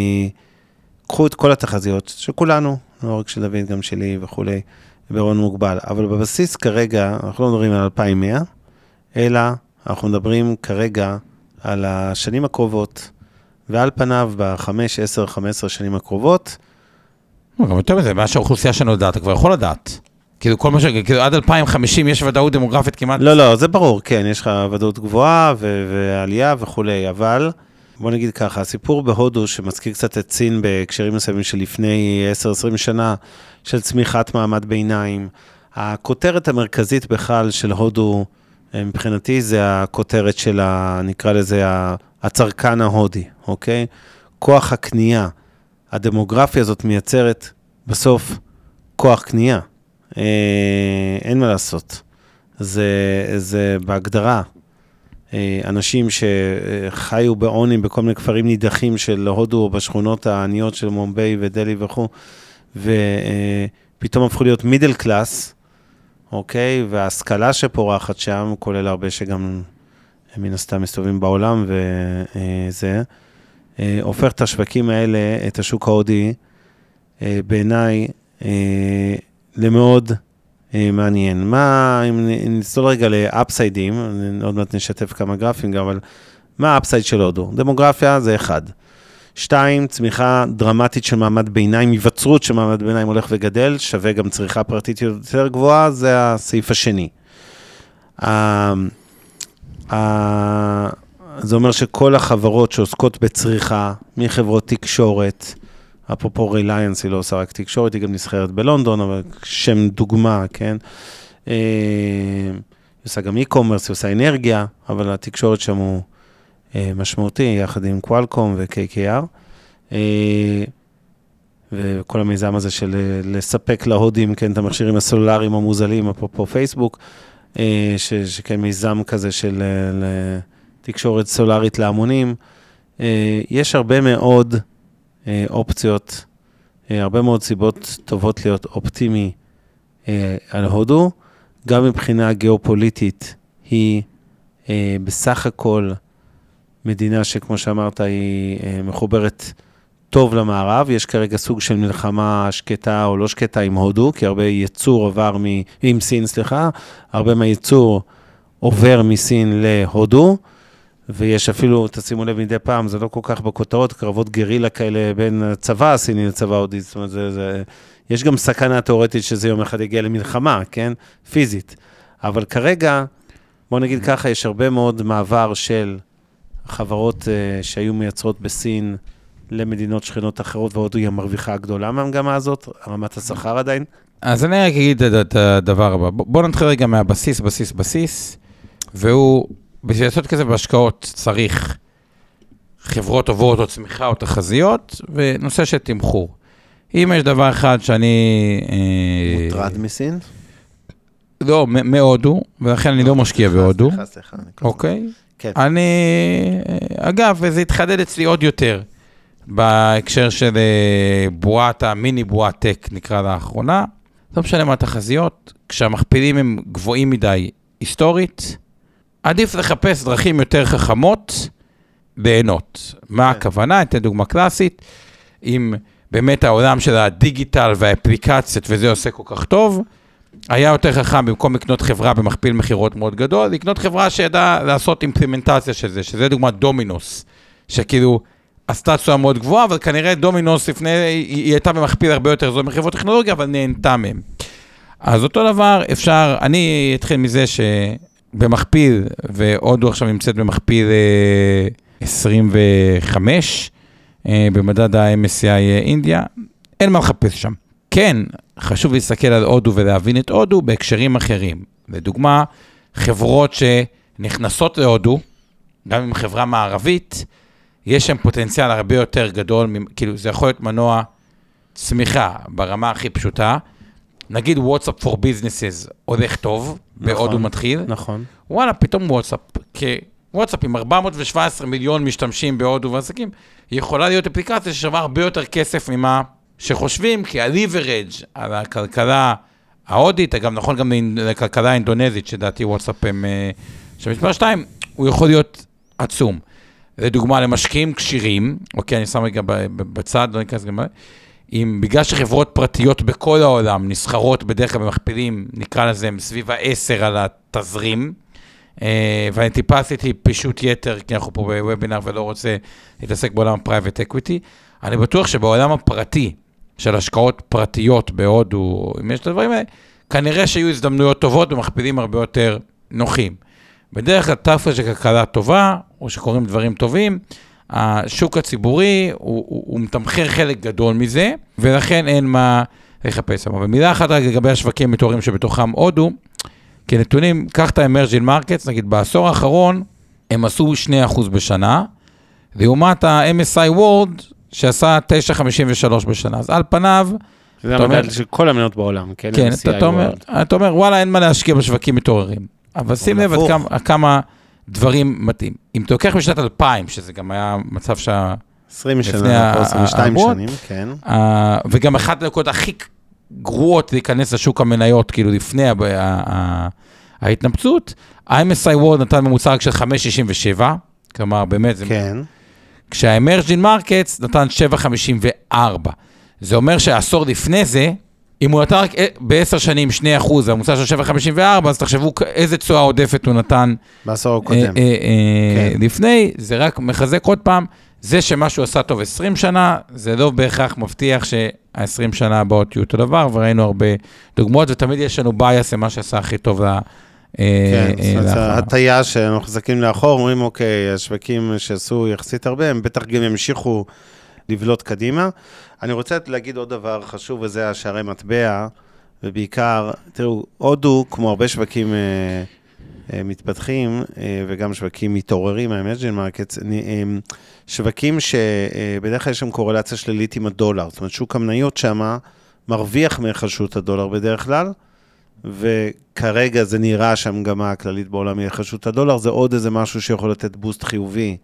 קחו את כל התחזיות של כולנו, לא רק של דוד, גם שלי וכולי, ברון מוגבל, אבל בבסיס כרגע, אנחנו לא מדברים על 2100, אלא אנחנו מדברים כרגע על השנים הקרובות, ועל פניו ב5, 10, 15 שנים הקרובות. גם יותר מזה, מה שהאוכלוסייה שלנו יודעת, אתה כבר יכול לדעת. כאילו כל מה כאילו עד 2050 יש ודאות דמוגרפית כמעט. לא, זה ברור, כן, יש לך ודאות גבוהה ועלייה וכולי, אבל בוא נגיד ככה, הסיפור בהודו שמזכיר קצת את סין בהקשרים מסוימים של לפני 10-20 שנה, של צמיחת מעמד ביניים, הכותרת המרכזית בכלל של הודו, מבחינתי זה הכותרת של, נקרא לזה, הצרכן ההודי, אוקיי? כוח הקנייה, הדמוגרפיה הזאת מייצרת בסוף כוח קנייה. אין מה לעשות. זה בהגדרה. אנשים שחיו בעוני בכל מיני כפרים נידחים של הודו, בשכונות העניות של מומביי ודלי וכו', ופתאום הפכו להיות מידל קלאס, אוקיי? וההשכלה שפורחת שם, כולל הרבה שגם מן הסתם מסתובבים בעולם, וזה הופך את השווקים האלה, את השוק ההודי, בעיניי, למאוד מעניין. מה, אם נסתכל רגע לאפסיידים, עוד מעט נשתף כמה גרפים, אבל מה האפסייד של הודו? דמוגרפיה זה 1. 2, צמיחה דרמטית של מעמד ביניים, היווצרות של מעמד ביניים הולך וגדל, שווה גם צריכה פרטית יותר גבוהה, זה הסעיף השני. זה אומר שכל החברות שעוסקות בצריכה, מחברות תקשורת, אפרופו ריליינס, היא לא עושה רק תקשורת, היא גם נסחרת בלונדון, אבל שם דוגמה, כן? היא עושה גם e-commerce, היא עושה אנרגיה, אבל התקשורת שם הוא משמעותי, יחד עם קואלקום ו-KKR, וכל המיזם הזה של לספק להודים, כן, את המכשירים הסלולריים המוזלים, אפרופו פייסבוק, שכן מיזם כזה של תקשורת סולארית להמונים. יש הרבה מאוד אופציות, הרבה מאוד סיבות טובות להיות אופטימי על הודו, גם מבחינה גיאופוליטית היא בסך הכל מדינה שכמו שאמרת היא מחוברת טוב למערב, יש כרגע סוג של מלחמה שקטה או לא שקטה עם הודו, כי הרבה ייצור עבר עם סין, הרבה מהייצור עובר מסין להודו, ויש אפילו, תשימו לב מדי פעם, זה לא כל כך בכותרות, קרבות גרילה כאלה בין הצבא הסיני לצבא ההודי, זאת אומרת, יש גם סכנה תיאורטית שזה יום אחד יגיע למלחמה, כן? פיזית. אבל כרגע, בוא נגיד ככה, יש הרבה מאוד מעבר של חברות שהיו מייצרות בסין למדינות שכנות אחרות, והודו היא המרוויחה הגדולה מהמגמה הזאת, רמת השכר עדיין. אז אני רק אגיד את הדבר הבא. בוא נתחיל רגע מהבסיס, והוא, בשביל לעשות כזה בהשקעות צריך חברות עוברות או צמיחה או תחזיות, ונושא של תמחור. אם יש דבר אחד שאני... מוטרד מסין? לא, מהודו, ולכן אני לא משקיע בהודו. סליחה. אוקיי? אני, אגב, וזה התחדד אצלי עוד יותר, בהקשר של בועת, המיני בועת טק נקרא לאחרונה, לא משנה מה התחזיות, כשהמכפילים הם גבוהים מדי היסטורית, עדיף לחפש דרכים יותר חכמות, ליהנות. מה הכוונה? אתן דוגמה קלאסית, אם באמת העולם של הדיגיטל והאפליקציות וזה עושה כל כך טוב, היה יותר חכם במקום לקנות חברה במכפיל מחירות מאוד גדול, לקנות חברה שידעה לעשות אימפלימנטציה של זה, שזה דוגמה דומינוס, שכאילו עשתה תשואה מאוד גבוהה, אבל כנראה דומינוס לפני, היא הייתה במכפיל הרבה יותר זו מחברות טכנולוגיה, אבל נהנתה מהם. אז אותו דבר אפשר, אני אתחיל מזה שבמכפיל, והודו עכשיו נמצאת במכפיל 25, במדד ה-MSCI אינדיה, אין מה לחפש שם. כן, חשוב להסתכל על הודו ולהבין את הודו בהקשרים אחרים. לדוגמה, חברות שנכנסות להודו, גם עם חברה מערבית, יש שם פוטנציאל הרבה יותר גדול, כאילו זה יכול להיות מנוע צמיחה ברמה הכי פשוטה, נגיד וואטסאפ for businesses הולך טוב, בהודו מתחיל. נכון. וואלה, פתאום וואטסאפ, וואטסאפ עם 417 מיליון משתמשים בהודו ועסקים, היא יכולה להיות אפליקציה ששווה הרבה יותר כסף ממה שחושבים, כי ה-leverage על הכלכלה ההודית, אגב נכון גם לכלכלה האינדונזית, שדעתי וואטסאפ הם שמספר 2, הוא יכול להיות עצום. לדוגמה, למשקיעים קשירים, אוקיי, אני שם רגע בצד, לא ניכנס גם אם בגלל שחברות פרטיות בכל העולם נסחרות בדרך כלל במכפילים, נקרא לזה סביב ה-10 על התזרים, ואני טיפה עשיתי פישוט יתר, כי אנחנו פה בוובינר ולא רוצה להתעסק בעולם הפרייבט אקוויטי, אני בטוח שבעולם הפרטי, של השקעות פרטיות בהודו, אם יש את הדברים האלה, כנראה שיהיו הזדמנויות טובות במכפילים הרבה יותר נוחים. בדרך כלל תפרש הכלכלה טובה, או שקוראים דברים טובים, השוק הציבורי הוא מתמחר חלק גדול מזה, ולכן אין מה לחפש. אבל מילה אחת רק לגבי השווקים מתוארים שבתוכם הודו, כנתונים, קח את ה-Emerging Markets, נגיד בעשור האחרון, הם עשו 2% בשנה, לעומת ה-MSI World, שעשה 9.53 בשנה. אז על פניו... זה המדד של כל המדינות בעולם, כן? כן, אתה אומר, וואלה, אין מה להשקיע בשווקים מתעוררים. אבל שים לב עד כמה דברים מתאים. אם אתה לוקח משנת 2000, שזה גם היה מצב 20 שנה, 22 שנים, כן. וגם אחת הנקודות הכי גרועות להיכנס לשוק המניות, כאילו לפני ההתנפצות, ה-MSI World נתן ממוצע רק של 5.67, כלומר, באמת זה... כן. כשה-Emerging Markets נתן 7.54. זה אומר שהעשור לפני זה, אם הוא נתן רק ב10 שנים 2%, והמוצע של 7.54, אז תחשבו איזה צועה עודפת הוא נתן בעשור הקודם. לפני, זה רק מחזק עוד פעם, זה שמשהו עשה טוב 20 שנה, זה לא בהכרח מבטיח שה-20 שנה הבאות יהיו אותו דבר, וראינו הרבה דוגמאות, ותמיד יש לנו בייס למה שעשה הכי טוב כן, זאת הטעיה שאנחנו חזקים לאחור, אומרים אוקיי, השווקים שעשו יחסית הרבה, הם בטח גם ימשיכו לבלוט קדימה. אני רוצה להגיד עוד דבר חשוב, וזה השערי מטבע, ובעיקר, תראו, הודו, כמו הרבה שווקים מתפתחים, וגם שווקים מתעוררים, ה-Emerging Markets, שווקים שבדרך כלל יש שם קורלציה שלילית עם הדולר, זאת אומרת, שוק המניות שם מרוויח מהיחלשות הדולר בדרך כלל, וכרגע זה נראה שהמגמה הכללית בעולם היא היחלשות הדולר, זה עוד איזה משהו שיכול לתת בוסט חיובי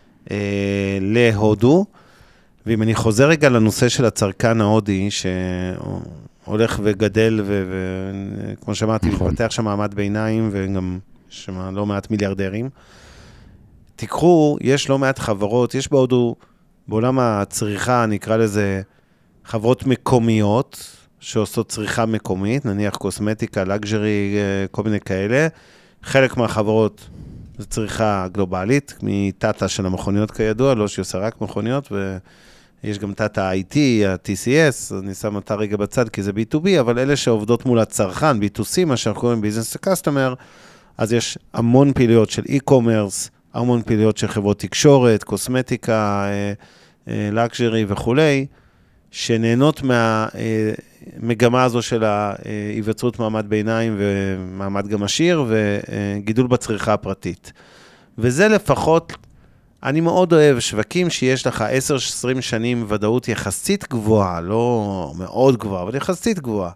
להודו, ואם אני חוזר רגע לנושא של הצרכן ההודי, שהולך וגדל, וכמו שאמרתי, מתפתח שם מעמד ביניים, וגם שם לא מעט מיליארדרים, תיקחו, יש לא מעט חברות, יש בהודו, בעולם הצריכה, נקרא לזה חברות מקומיות, שעושות צריכה מקומית, נניח קוסמטיקה, לג'רי, כל מיני כאלה. חלק מהחברות זה צריכה גלובלית, מטאטה של המכוניות כידוע, לא שהיא עושה רק מכוניות, ויש גם טאטה IT, ה-TCS, אני שם אותה רגע בצד כי זה B2B, אבל אלה שעובדות מול הצרכן, B2C, מה שאנחנו קוראים Business to Customer, אז יש המון פעילויות של e-commerce, המון פעילויות של חברות תקשורת, קוסמטיקה, לג'רי וכולי, שנהנות מהמגמה הזו של ההיווצרות מעמד ביניים ומעמד גם עשיר וגידול בצריכה הפרטית. וזה לפחות, אני מאוד אוהב שווקים שיש לך 10-20 שנים ודאות יחסית גבוהה, לא מאוד גבוהה, אבל יחסית גבוהה,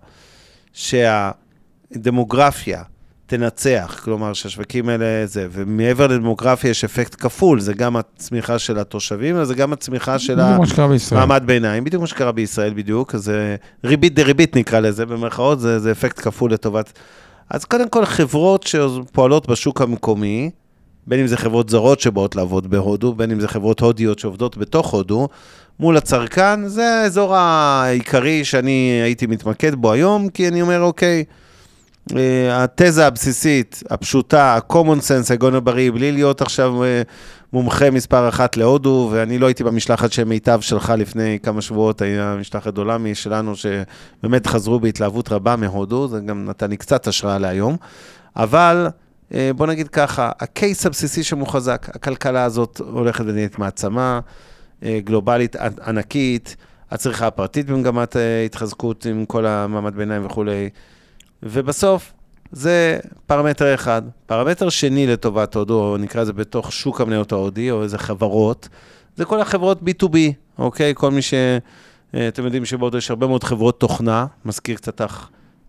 שהדמוגרפיה תנצח, כלומר שהשווקים האלה זה, ומעבר לדמוגרפיה יש אפקט כפול, זה גם הצמיחה של התושבים, וזה גם הצמיחה של המעמד ביניים, בדיוק מה שקרה בישראל בדיוק, אז ריבית דריבית נקרא לזה, במרכאות זה אפקט כפול לטובת, אז קודם כל חברות שפועלות בשוק המקומי, בין אם זה חברות זרות שבאות לעבוד בהודו, בין אם זה חברות הודיות שעובדות בתוך הודו, מול הצרכן, זה האזור העיקרי שאני הייתי מתמקד בו היום, כי אני אומר אוקיי, התזה הבסיסית, הפשוטה, ה-common sense, הגון הבריא, בלי להיות עכשיו מומחה מספר אחת להודו, ואני לא הייתי במשלחת שמיטב שלך לפני כמה שבועות, היה משלחת עולמי שלנו, שבאמת חזרו בהתלהבות רבה מהודו, זה גם נתן לי קצת השראה להיום, אבל בוא נגיד ככה, הקייס הבסיסי שמוחזק, הכלכלה הזאת הולכת ונהיית מעצמה, גלובלית ענקית, הצריכה הפרטית במגמת התחזקות עם כל המעמד ביניים וכולי, ובסוף, זה פרמטר אחד. פרמטר שני לטובת הודו, נקרא לזה בתוך שוק המניות ההודי, או איזה חברות, זה כל החברות B2B, אוקיי? כל מי אתם יודעים שבהודו יש הרבה מאוד חברות תוכנה, מזכיר קצת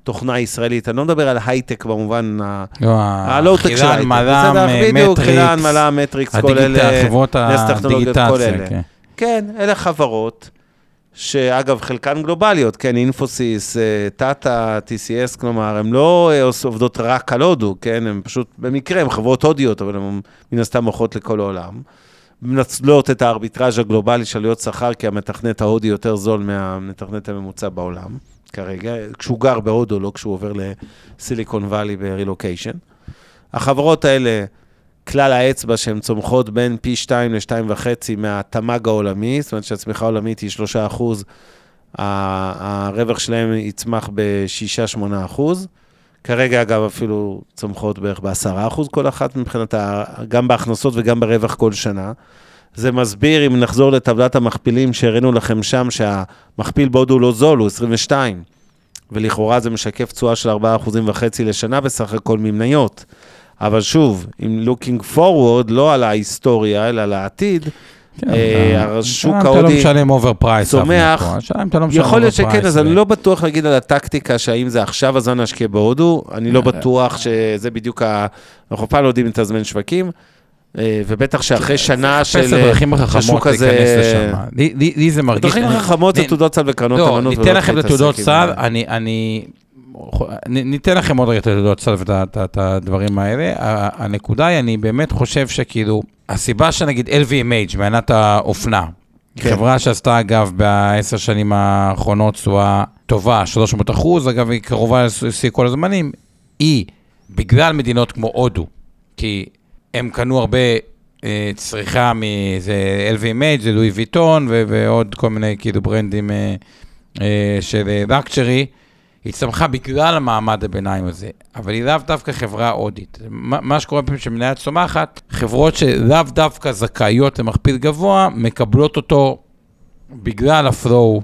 תוכנה ישראלית, אני לא מדבר על הייטק במובן הלואו-טק של הייטק. בדיוק, חילן, מלאם, מטריקס, כל אלה, חברות הדיגיטציה. כן, אלה חברות, שאגב, חלקן גלובליות, כן, אינפוסיס, טאטה, TCS, כלומר, הן לא עובדות רק על הודו, כן, הן פשוט, במקרה, הן חברות הודיות, אבל הן מן הסתם מוכרות לכל העולם. מנצלות את הארביטראז' הגלובלי של להיות שכר, כי המתכנת ההודי יותר זול מהמתכנת הממוצע בעולם, כרגע, כשהוא גר בהודו, לא כשהוא עובר לסיליקון ואלי ברילוקיישן. החברות האלה, כלל האצבע שהן צומחות בין פי 2 ל-2.5 מהתמ"ג העולמי, זאת אומרת שהצמיחה העולמית היא 3%, הרווח שלהם יצמח ב-6-8%. כרגע, אגב, אפילו צומחות בערך ב-10% כל אחת, מבחינת גם בהכנסות וגם ברווח כל שנה. זה מסביר, אם נחזור לטבלת המכפילים שהראינו לכם שם, שהמכפיל בהודו לא זול, הוא 22, ולכאורה זה משקף תשואה של 4.5% לשנה בסך הכל ממניות. אבל שוב, אם looking forward, לא על ההיסטוריה, אלא על העתיד, השוק ההודי אתה לא משלם אוברפרייס. צומח, יכול להיות שכן, אז אני לא בטוח להגיד על הטקטיקה, שהאם זה עכשיו הזמן להשקיע בהודו, אני לא בטוח שזה בדיוק, אנחנו פעם לא יודעים את הזמן שווקים, ובטח שאחרי שנה של השוק הזה, לי זה מרגיש, הדרכים החכמות זה תעודות סל וקרנות אמנות. ניתן לכם לתעודות סל, ניתן לכם עוד רגע את תעודות סל ואת הדברים האלה. הנקודה היא, אני באמת חושב שכאילו, הסיבה שנגיד LVMH, מעיינת האופנה, חברה שעשתה אגב ב10 שנים האחרונות תשואה טובה, 300%, אגב היא קרובה לשיא כל הזמנים, היא בגלל מדינות כמו הודו, כי הם קנו הרבה צריכה מזה LVMH, זה לואי ויטון ועוד כל מיני כאילו ברנדים של לקצ'רי, היא צמחה בגלל המעמד הביניים הזה, אבל היא לאו דווקא חברה הודית. מה שקורה פעמים שמניה צומחת, חברות שלאו דווקא זכאיות למכפיל גבוה, מקבלות אותו בגלל הפלואו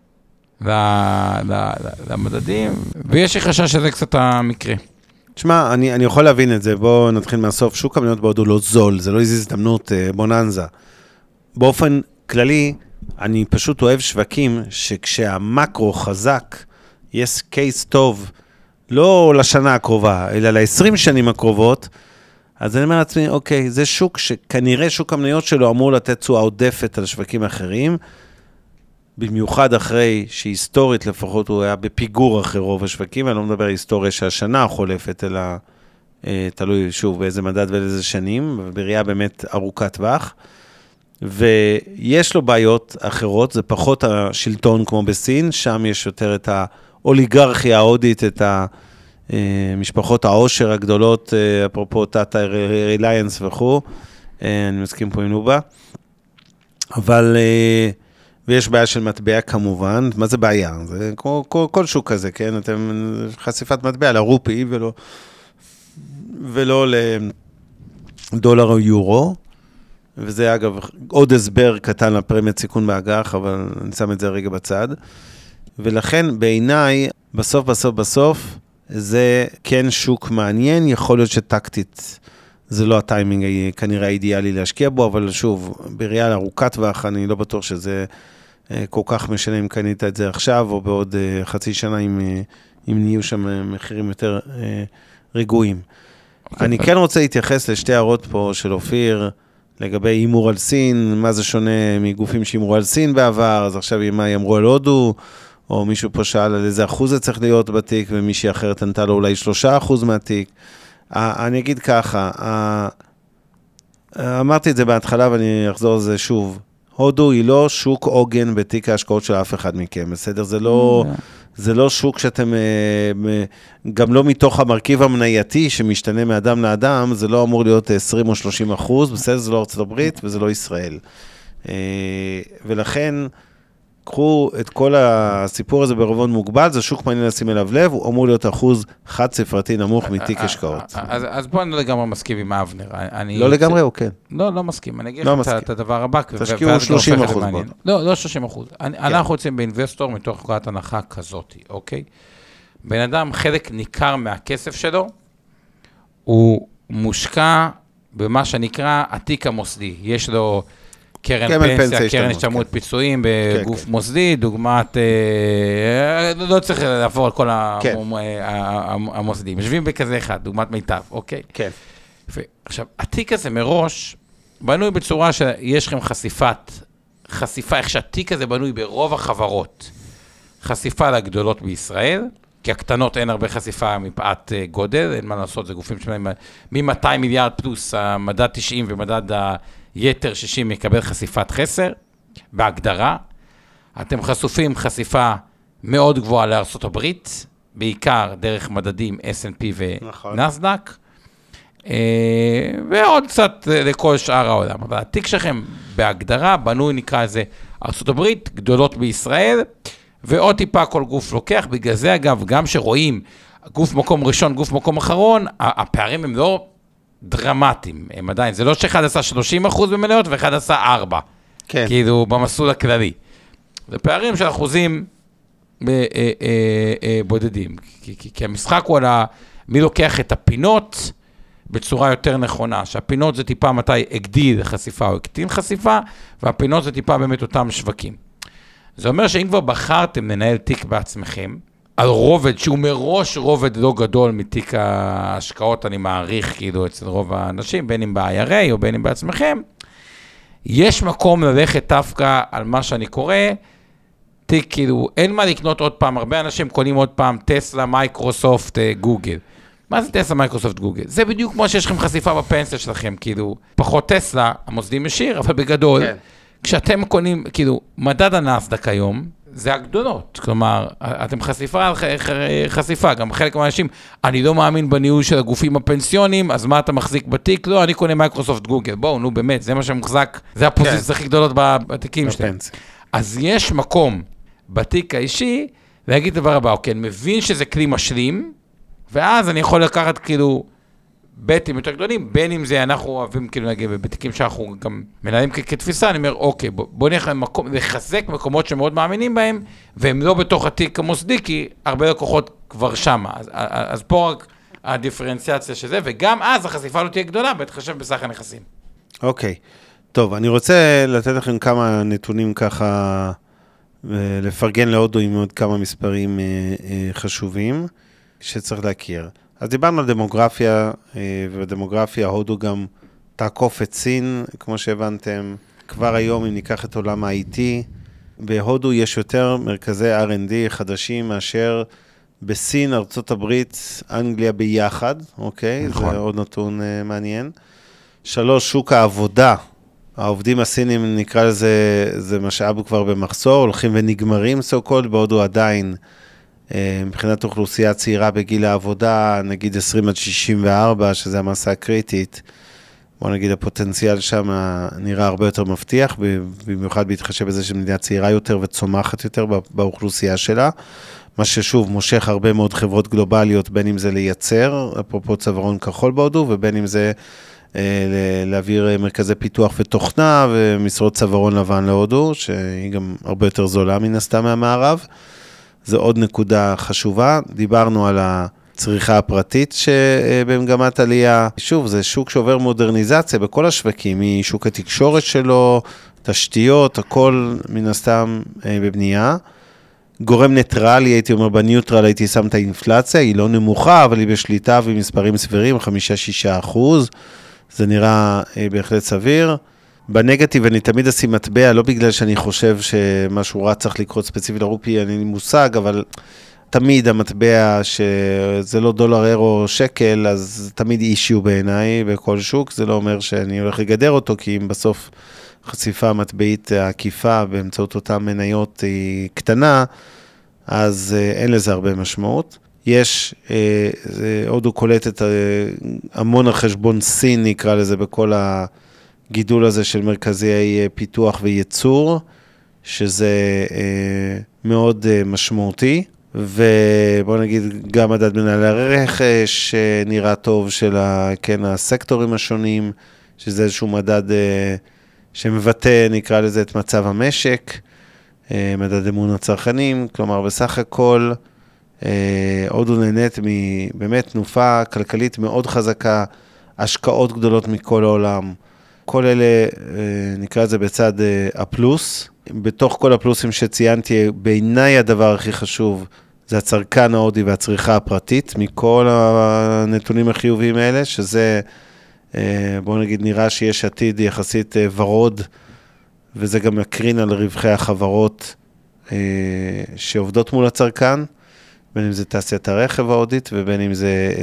למדדים, ויש לי חשש שזה קצת המקרה. תשמע, אני יכול להבין את זה, בואו נתחיל מהסוף, שוק המניות בהודו לא זול, זה לא איזו הזדמנות בוננזה. באופן כללי, אני פשוט אוהב שווקים שכשהמקרו חזק, יש קייס טוב, לא לשנה הקרובה, אלא ל-20 שנים הקרובות, אז אני אומר לעצמי, אוקיי, זה שוק שכנראה שוק המניות שלו אמור לתת תשואה עודפת על שווקים אחרים, במיוחד אחרי שהיסטורית לפחות הוא היה בפיגור אחרי רוב השווקים, אני לא מדבר על היסטוריה שהשנה חולפת, אלא תלוי שוב באיזה מדד ואיזה שנים, בראייה באמת ארוכת טווח, ויש לו בעיות אחרות, זה פחות השלטון כמו בסין, שם יש יותר את האוליגרכיה ההודית, את המשפחות העושר הגדולות, אפרופו טאטה, ריליינס וכו', אני מסכים פה עם נובה, אבל, ויש בעיה של מטבע כמובן, מה זה בעיה? זה כמו כל שוק כזה, כן? אתם חשיפת מטבע לרופי ולא לדולר או יורו, וזה אגב עוד הסבר קטן לפרמיית סיכון באג"ח, אבל אני שם את זה רגע בצד. ולכן בעיניי, בסוף, זה כן שוק מעניין, יכול להיות שטקטית זה לא הטיימינג כנראה האידיאלי להשקיע בו, אבל שוב, בראייה ארוכת טווח, אני לא בטוח שזה כל כך משנה אם קנית את זה עכשיו, או בעוד חצי שנה אם נהיו שם מחירים יותר רגועים. אני כן רוצה להתייחס לשתי הערות פה של אופיר, לגבי אימור על סין, מה זה שונה מגופים שאימרו על סין בעבר, אז עכשיו מה יאמרו על הודו, או מישהו פה שאל על איזה אחוז זה צריך להיות בתיק, ומישהי אחרת נתן לו אולי 3% מהתיק. אני אגיד ככה, אמרתי את זה בהתחלה ואני אחזור על זה שוב, הודו היא לא שוק עוגן בתיק ההשקעות של אף אחד מכם, בסדר? זה לא שוק שאתם, גם לא מתוך המרכיב המנייתי שמשתנה מאדם לאדם, זה לא אמור להיות 20 או 30%, בסדר? זה לא ארצות הברית וזה לא ישראל. ולכן, קחו את כל הסיפור הזה ברבעון מוגבל, זה שוק מעניין לשים אליו לב, הוא אמור להיות אחוז חד ספרתי נמוך מתיק השקעות. אז בואו אני לא לגמרי מסכים עם אבנר. לא לגמרי או כן? לא מסכים. אני אגיד לך את הדבר הבא. תשקיעו 30%. לא 30%. אנחנו רוצים באינבסטור מתוך נקודת הנחה כזאת, אוקיי? בן אדם, חלק ניכר מהכסף שלו, הוא מושקע במה שנקרא התיק המוסדי. יש לו קרן פנסיה, קרן השתלמות פיצויים בגוף מוסדי, דוגמת, לא צריך לעבור על כל המוסדים, יושבים בכזה אחד, דוגמת מיטב, אוקיי? כן. עכשיו, התיק הזה מראש בנוי בצורה שיש לכם חשיפה, איך שהתיק הזה בנוי ברוב החברות, חשיפה לגדולות בישראל, כי הקטנות אין הרבה חשיפה מפאת גודל, אין מה לעשות, זה גופים שלהם, מ-200 מיליארד פלוס, המדד 90 ומדד היתר 60 יקבל חשיפת חסר, בהגדרה. אתם חשופים חשיפה מאוד גבוהה לארצות הברית, בעיקר דרך מדדים S&P ונסדק, ועוד קצת לכל שאר העולם. אבל התיק שלכם בהגדרה, בנוי נקרא לזה ארצות הברית, גדולות בישראל, ועוד טיפה כל גוף לוקח. בגלל זה אגב, גם שרואים גוף מקום ראשון, גוף מקום אחרון, הפערים הם לא דרמטיים, הם עדיין, זה לא שאחד עשה 30% במניות ואחד עשה 4%, כן. כאילו במסלול הכללי. זה פערים של אחוזים בודדים, כי המשחק הוא על מי לוקח את הפינות בצורה יותר נכונה, שהפינות זה טיפה מתי הגדיל חשיפה או הקטין חשיפה, והפינות זה טיפה באמת אותם שווקים. זה אומר שאם כבר בחרתם לנהל תיק בעצמכם, על רובד שהוא מראש רובד לא גדול מתיק ההשקעות, אני מעריך כאילו אצל רוב האנשים, בין אם ב-IRA או בין אם בעצמכם, יש מקום ללכת דווקא על מה שאני קורא, תיק כאילו, אין מה לקנות עוד פעם, הרבה אנשים קונים עוד פעם, טסלה, מייקרוסופט, גוגל. מה זה טסלה, מייקרוסופט, גוגל? זה בדיוק כמו שיש לכם חשיפה בפנסיה שלכם, כאילו, פחות טסלה, המוסדים ישיר, אבל בגדול, כן. כשאתם קונים, כאילו, מדד הנסדק היום, זה הגדולות, כלומר, אתם חשיפה, גם חלק מהאנשים, אני לא מאמין בניהול של הגופים הפנסיונים, אז מה אתה מחזיק בתיק? לא, אני קונה מייקרוסופט גוגל, בואו, נו באמת, זה מה שמחזק, זה הפוזיציות הכי גדולות בתיקים שלהם. אז יש מקום בתיק האישי, להגיד דבר הבא, אוקיי, אני מבין שזה כלי משלים, ואז אני יכול לקחת כאילו, בטים יותר גדולים, בין אם זה אנחנו אוהבים כאילו נגיד, בתיקים שאנחנו גם מנהלים כתפיסה, אני אומר, אוקיי, בוא נלך לחזק מקומות שמאוד מאמינים בהם, והם לא בתוך התיק המוסדי, כי הרבה לקוחות כבר שמה. אז פה רק הדיפרנציאציה של זה, וגם אז החשיפה לא תהיה גדולה, בהתחשב בסך הנכסים. אוקיי. טוב, אני רוצה לתת לכם כמה נתונים ככה, לפרגן להודו עם עוד כמה מספרים חשובים, שצריך להכיר. אז דיברנו על דמוגרפיה, ובדמוגרפיה הודו גם תעקוף את סין, כמו שהבנתם, כבר היום אם ניקח את עולם ה-IT, בהודו יש יותר מרכזי R&D חדשים מאשר בסין, ארצות הברית, אנגליה ביחד, אוקיי? נכון. זה עוד נתון מעניין. 3, שוק העבודה, העובדים הסינים נקרא לזה, זה משאב כבר במחסור, הולכים ונגמרים so called, בהודו עדיין, מבחינת אוכלוסייה צעירה בגיל העבודה, נגיד 20 עד 64, שזה המסה הקריטית, בוא נגיד הפוטנציאל שם נראה הרבה יותר מבטיח, במיוחד בהתחשב בזה שמדינה צעירה יותר וצומחת יותר באוכלוסייה שלה, מה ששוב מושך הרבה מאוד חברות גלובליות, בין אם זה לייצר, אפרופו צווארון כחול בהודו, ובין אם זה להעביר מרכזי פיתוח ותוכנה, ומשרות צווארון לבן להודו, שהיא גם הרבה יותר זולה מן הסתם מהמערב. זו עוד נקודה חשובה. דיברנו על הצריכה הפרטית שבמגמת עלייה. שוב, זה שוק שעובר מודרניזציה בכל השווקים, משוק התקשורת שלו, תשתיות, הכל מן הסתם בבנייה. גורם ניטרלי, הייתי אומר, בניוטרל הייתי שם את האינפלציה, היא לא נמוכה, אבל היא בשליטה ומספרים סבירים, 5-6%. זה נראה בהחלט סביר. בנגטיב אני תמיד אשים מטבע, לא בגלל שאני חושב שמשהו רע צריך לקרות ספציפי לרופי, אין לי מושג, אבל תמיד המטבע שזה לא דולר, אירו, שקל, אז תמיד אישיו בעיניי בכל שוק, זה לא אומר שאני הולך לגדר אותו, כי אם בסוף חשיפה המטבעית העקיפה באמצעות אותן מניות היא קטנה, אז אין לזה הרבה משמעות. יש, הודו קולטת המון על חשבון סין, נקרא לזה, בכל הגידול הזה של מרכזי פיתוח וייצור, שזה מאוד משמעותי, ובוא נגיד גם מדד מנהלי הרכש נראה טוב של הסקטורים השונים, שזה איזשהו מדד שמבטא, נקרא לזה, את מצב המשק, מדד אמון הצרכנים, כלומר בסך הכל, הודו נהנית מבאמת תנופה כלכלית מאוד חזקה, השקעות גדולות מכל העולם, כל אלה, נקרא זה בצד הפלוס. בתוך כל הפלוסים שציינתי, בעיניי הדבר הכי חשוב, זה הצרכן ההודי והצריכה הפרטית, מכל הנתונים החיוביים האלה, שזה, בואו נגיד, נראה שיש עתיד יחסית ורוד, וזה גם מקרין על רווחי החברות שעובדות מול הצרכן, בין אם זה תעשיית הרכב ההודית, ובין אם זה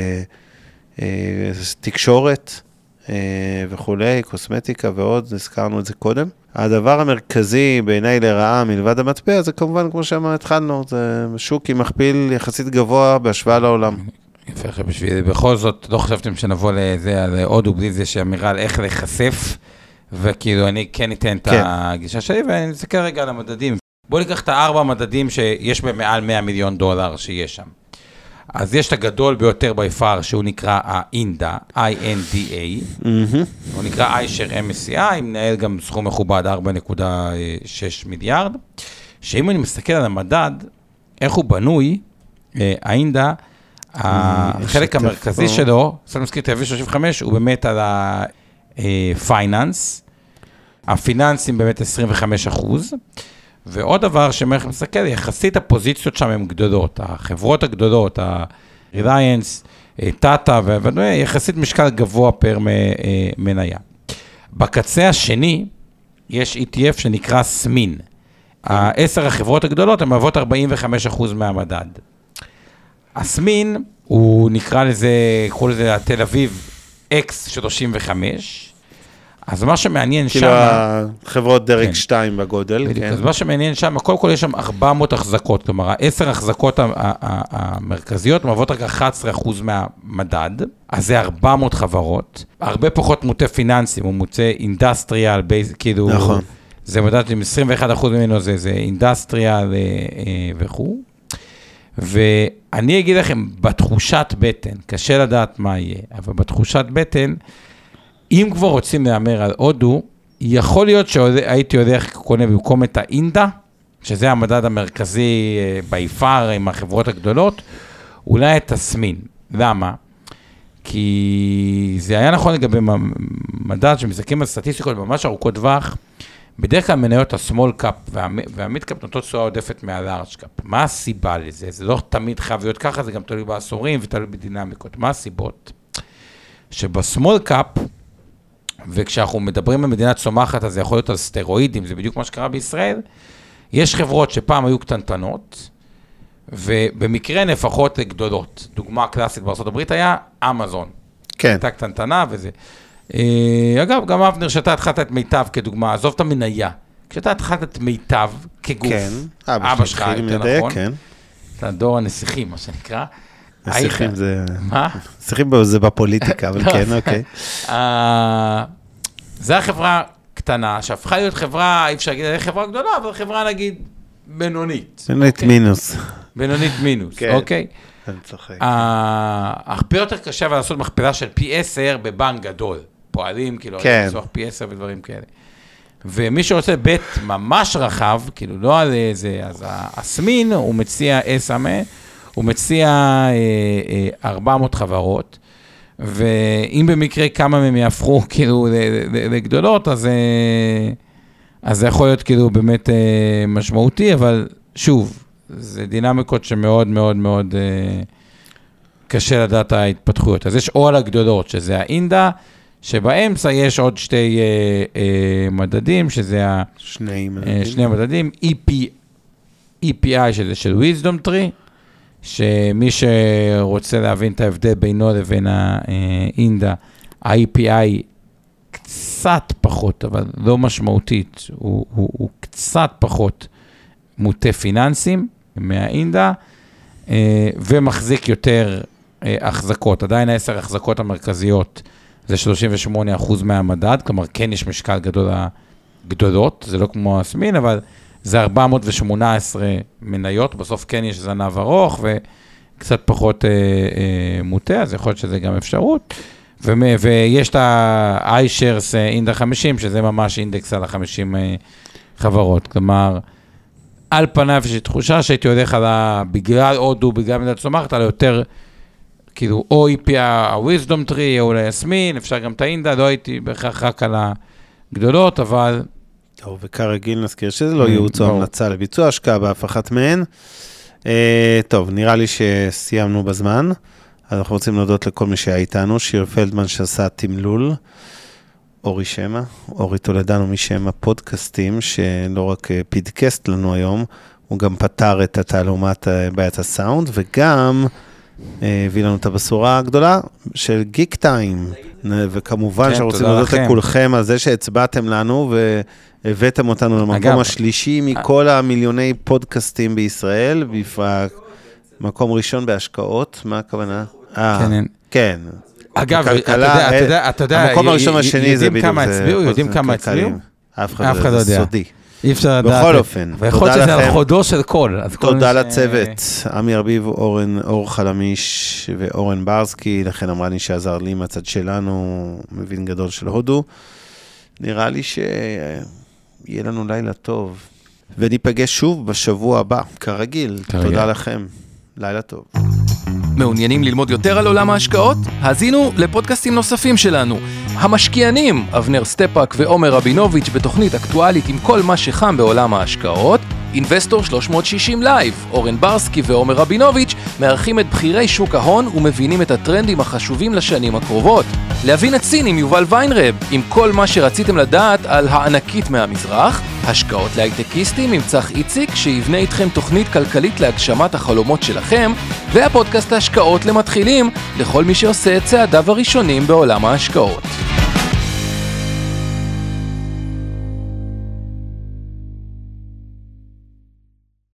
תקשורת וכולי, קוסמטיקה ועוד, הזכרנו את זה קודם. הדבר המרכזי בעיניי לרעה מלבד המטבע, זה כמובן, כמו שהתחלנו, זה שוק עם מכפיל יחסית גבוה בהשוואה לעולם. יפה אחרי בשביל, בכל זאת, לא חשבתם שנבוא לזה, על הודו, בלי זה שאמירה על איך לחשף, וכאילו אני כן אתן את הגישה שלי, ואני מסתכל רגע על המדדים. בואו ניקח את 4 מדדים שיש במעל $100 מיליון שיש שם. אז יש את הגדול ביותר ביפר, שהוא נקרא האינדה, I-N-D-A, הוא נקרא iShare MSCI, מנהל גם סכום מכובד 4.6 מיליארד, שאם אני מסתכל על המדד, איך הוא בנוי, האינדה, החלק המרכזי שלו, אני מזכיר את ה-V35, הוא באמת על הפייננס, הפיננסים באמת 25%, ועוד דבר שמערכת מסתכל, יחסית הפוזיציות שם הן גדולות, החברות הגדולות, ה-Reliance, טאטה, יחסית משקל גבוה פר מניה. בקצה השני, יש ETF שנקרא סמין. 10 החברות הגדולות, הן מהוות 45% מהמדד. הסמין, הוא נקרא לזה, קראו לזה תל אביב X35, אז מה שמעניין שם... כאילו החברות דרג 2 בגודל. אז מה שמעניין שם, קודם כל יש שם 400 החזקות, כלומר, 10 החזקות המרכזיות מהוות רק 11% מהמדד, אז זה 400 חברות, הרבה פחות מוטה פיננסים, הוא מוטה אינדסטריאל, כאילו, זה מדד עם 21% ממנו, זה אינדסטריאל וכו'. ואני אגיד לכם, בתחושת בטן, קשה לדעת מה יהיה, אבל בתחושת בטן, אם כבר רוצים להאמר על הודו, יכול להיות שהייתי יודע איך קונה במקום את האינדה, שזה המדד המרכזי ביפר עם החברות הגדולות, אולי את הסמין. למה? כי זה היה נכון לגבי מדד שמסתכלים על סטטיסטיקות ממש ארוכות טווח, בדרך כלל מניות הסמול קאפ והמיד קאפ נותנות תשואה עודפת מהלארג' קאפ. מה הסיבה לזה? זה לא תמיד חייב להיות ככה, זה גם תלוי בעשורים ותלוי בדינמיקות. מה הסיבות? שבסמול קאפ, וכשאנחנו מדברים על מדינה צומחת, אז זה יכול להיות על סטרואידים, זה בדיוק מה שקרה בישראל, יש חברות שפעם היו קטנטנות, ובמקרה נפחות גדולות. דוגמה קלאסית בארצות הברית היה אמזון. כן. הייתה קטנטנה וזה. אגב, גם אבנר, שאתה התחלת את מיטב כדוגמה, עזוב את המניה. כשאתה התחלת את מיטב כגוף, כן, אבא שלך יותר נכון. כן. אתה דור הנסיכים, מה שנקרא. נסיכים זה... מה? נסיכים זה בפוליטיקה, אבל כן, אוקיי. זה החברה קטנה, שהפכה להיות חברה, אי אפשר להגיד, זה חברה גדולה, אבל חברה נגיד בינונית. בינונית מינוס. בינונית מינוס, אוקיי? אני צוחק. הרבה יותר קשה לעשות מכפלה של פי 10 בבנק גדול. פועלים, כאילו, לצורך פי 10 ודברים כאלה. ומי שרוצה בית ממש רחב, כאילו לא על זה, אז הסמין, הוא מציע SME, הוא מציע 400 חברות, ואם במקרה כמה מהם יהפכו כאילו לגדולות, אז זה יכול להיות כאילו באמת משמעותי, אבל שוב, זה דינמיקות שמאוד מאוד מאוד קשה לדעת ההתפתחויות. אז יש או על הגדולות, שזה האינדה, שבאמצע יש עוד שתי מדדים, שזה שני מדדים, EPI, שזה של Wisdom Tree, שמי שרוצה להבין את ההבדל בינו לבין האינדה, ה-EPI קצת פחות, אבל לא משמעותית, הוא קצת פחות מוטה פיננסים מהאינדה, ומחזיק יותר החזקות. עדיין 10 החזקות המרכזיות, זה 38% מהמדד, כלומר כן יש משקל גדולות, זה לא כמו הסמין, אבל זה 418 מניות, בסוף כן יש זנב ארוך, וקצת פחות מוטה, אז יכול להיות שזה גם אפשרות, ויש את ה-iShares אינדה 50, שזה ממש אינדקס על ה-50 חברות, כלומר, על פניו יש תחושה שהייתי הולך על בגלל הודו, בגלל מדינת צומחת, על יותר, כאילו, או EPI, ה-Wisdom Tree, או להסמין, אפשר גם את האינדה, לא הייתי בהכרח רק על גדולות, אבל... טוב, וכרגיל נזכיר שזה לא ייעוץ או המלצה לביצוע השקעה באף אחת מהן. טוב, נראה לי שסיימנו בזמן, אז אנחנו רוצים להודות לכל מי שהיה איתנו, שיר פלדמן שעשה תמלול, אורי שמה, אורי תולדנו משמה פודקאסטים, שלא רק פידקסט לנו היום, הוא גם פתר את התעלומת בעיית הסאונד, וגם הביא לנו את הבשורה הגדולה של גיק טיים, וכמובן שרוצים להודות לכולכם על זה שהצבעתם לנו, והבאתם אותנו למקום השלישי מכל המיליוני פודקאסטים בישראל, מקום ראשון בהשקעות, מה הכוונה? כן. אגב, אתה יודע, המקום הראשון השני זה בדיוק, יודעים כמה הצביעו? אף אחד לא יודע. סודי. אי אפשר לדעת. בכל אופן, ויכול להיות שזה על חודו של קול. תודה לצוות, עמי ארביב, אור חלמיש ואורן ברסקי, לכן אמרני שעזר לי מהצד שלנו, מבין גדול של הודו. נראה לי שיהיה לנו לילה טוב, וניפגש שוב בשבוע הבא, כרגיל. תודה לכם, לילה טוב. מעוניינים ללמוד יותר על עולם ההשקעות? האזינו לפודקאסטים נוספים שלנו. המשקיענים, אבנר סטפאק ועומר רבינוביץ' בתוכנית אקטואלית עם כל מה שחם בעולם ההשקעות. אינבסטור 360 לייב, אורן ברסקי ועומר רבינוביץ' מארחים את בחירי שוק ההון ומבינים את הטרנדים החשובים לשנים הקרובות. להבין את סין עם יובל ויינרב, עם כל מה שרציתם לדעת על הענקית מהמזרח. השקעות להייטקיסטים עם צח איציק, שיבנה איתכם תוכנית כלכלית להגשמת החלומות שלכם, והפודקאסט ההשקעות למתחילים, לכל מי שעושה את צעדיו הראשונים בעולם ההשקעות.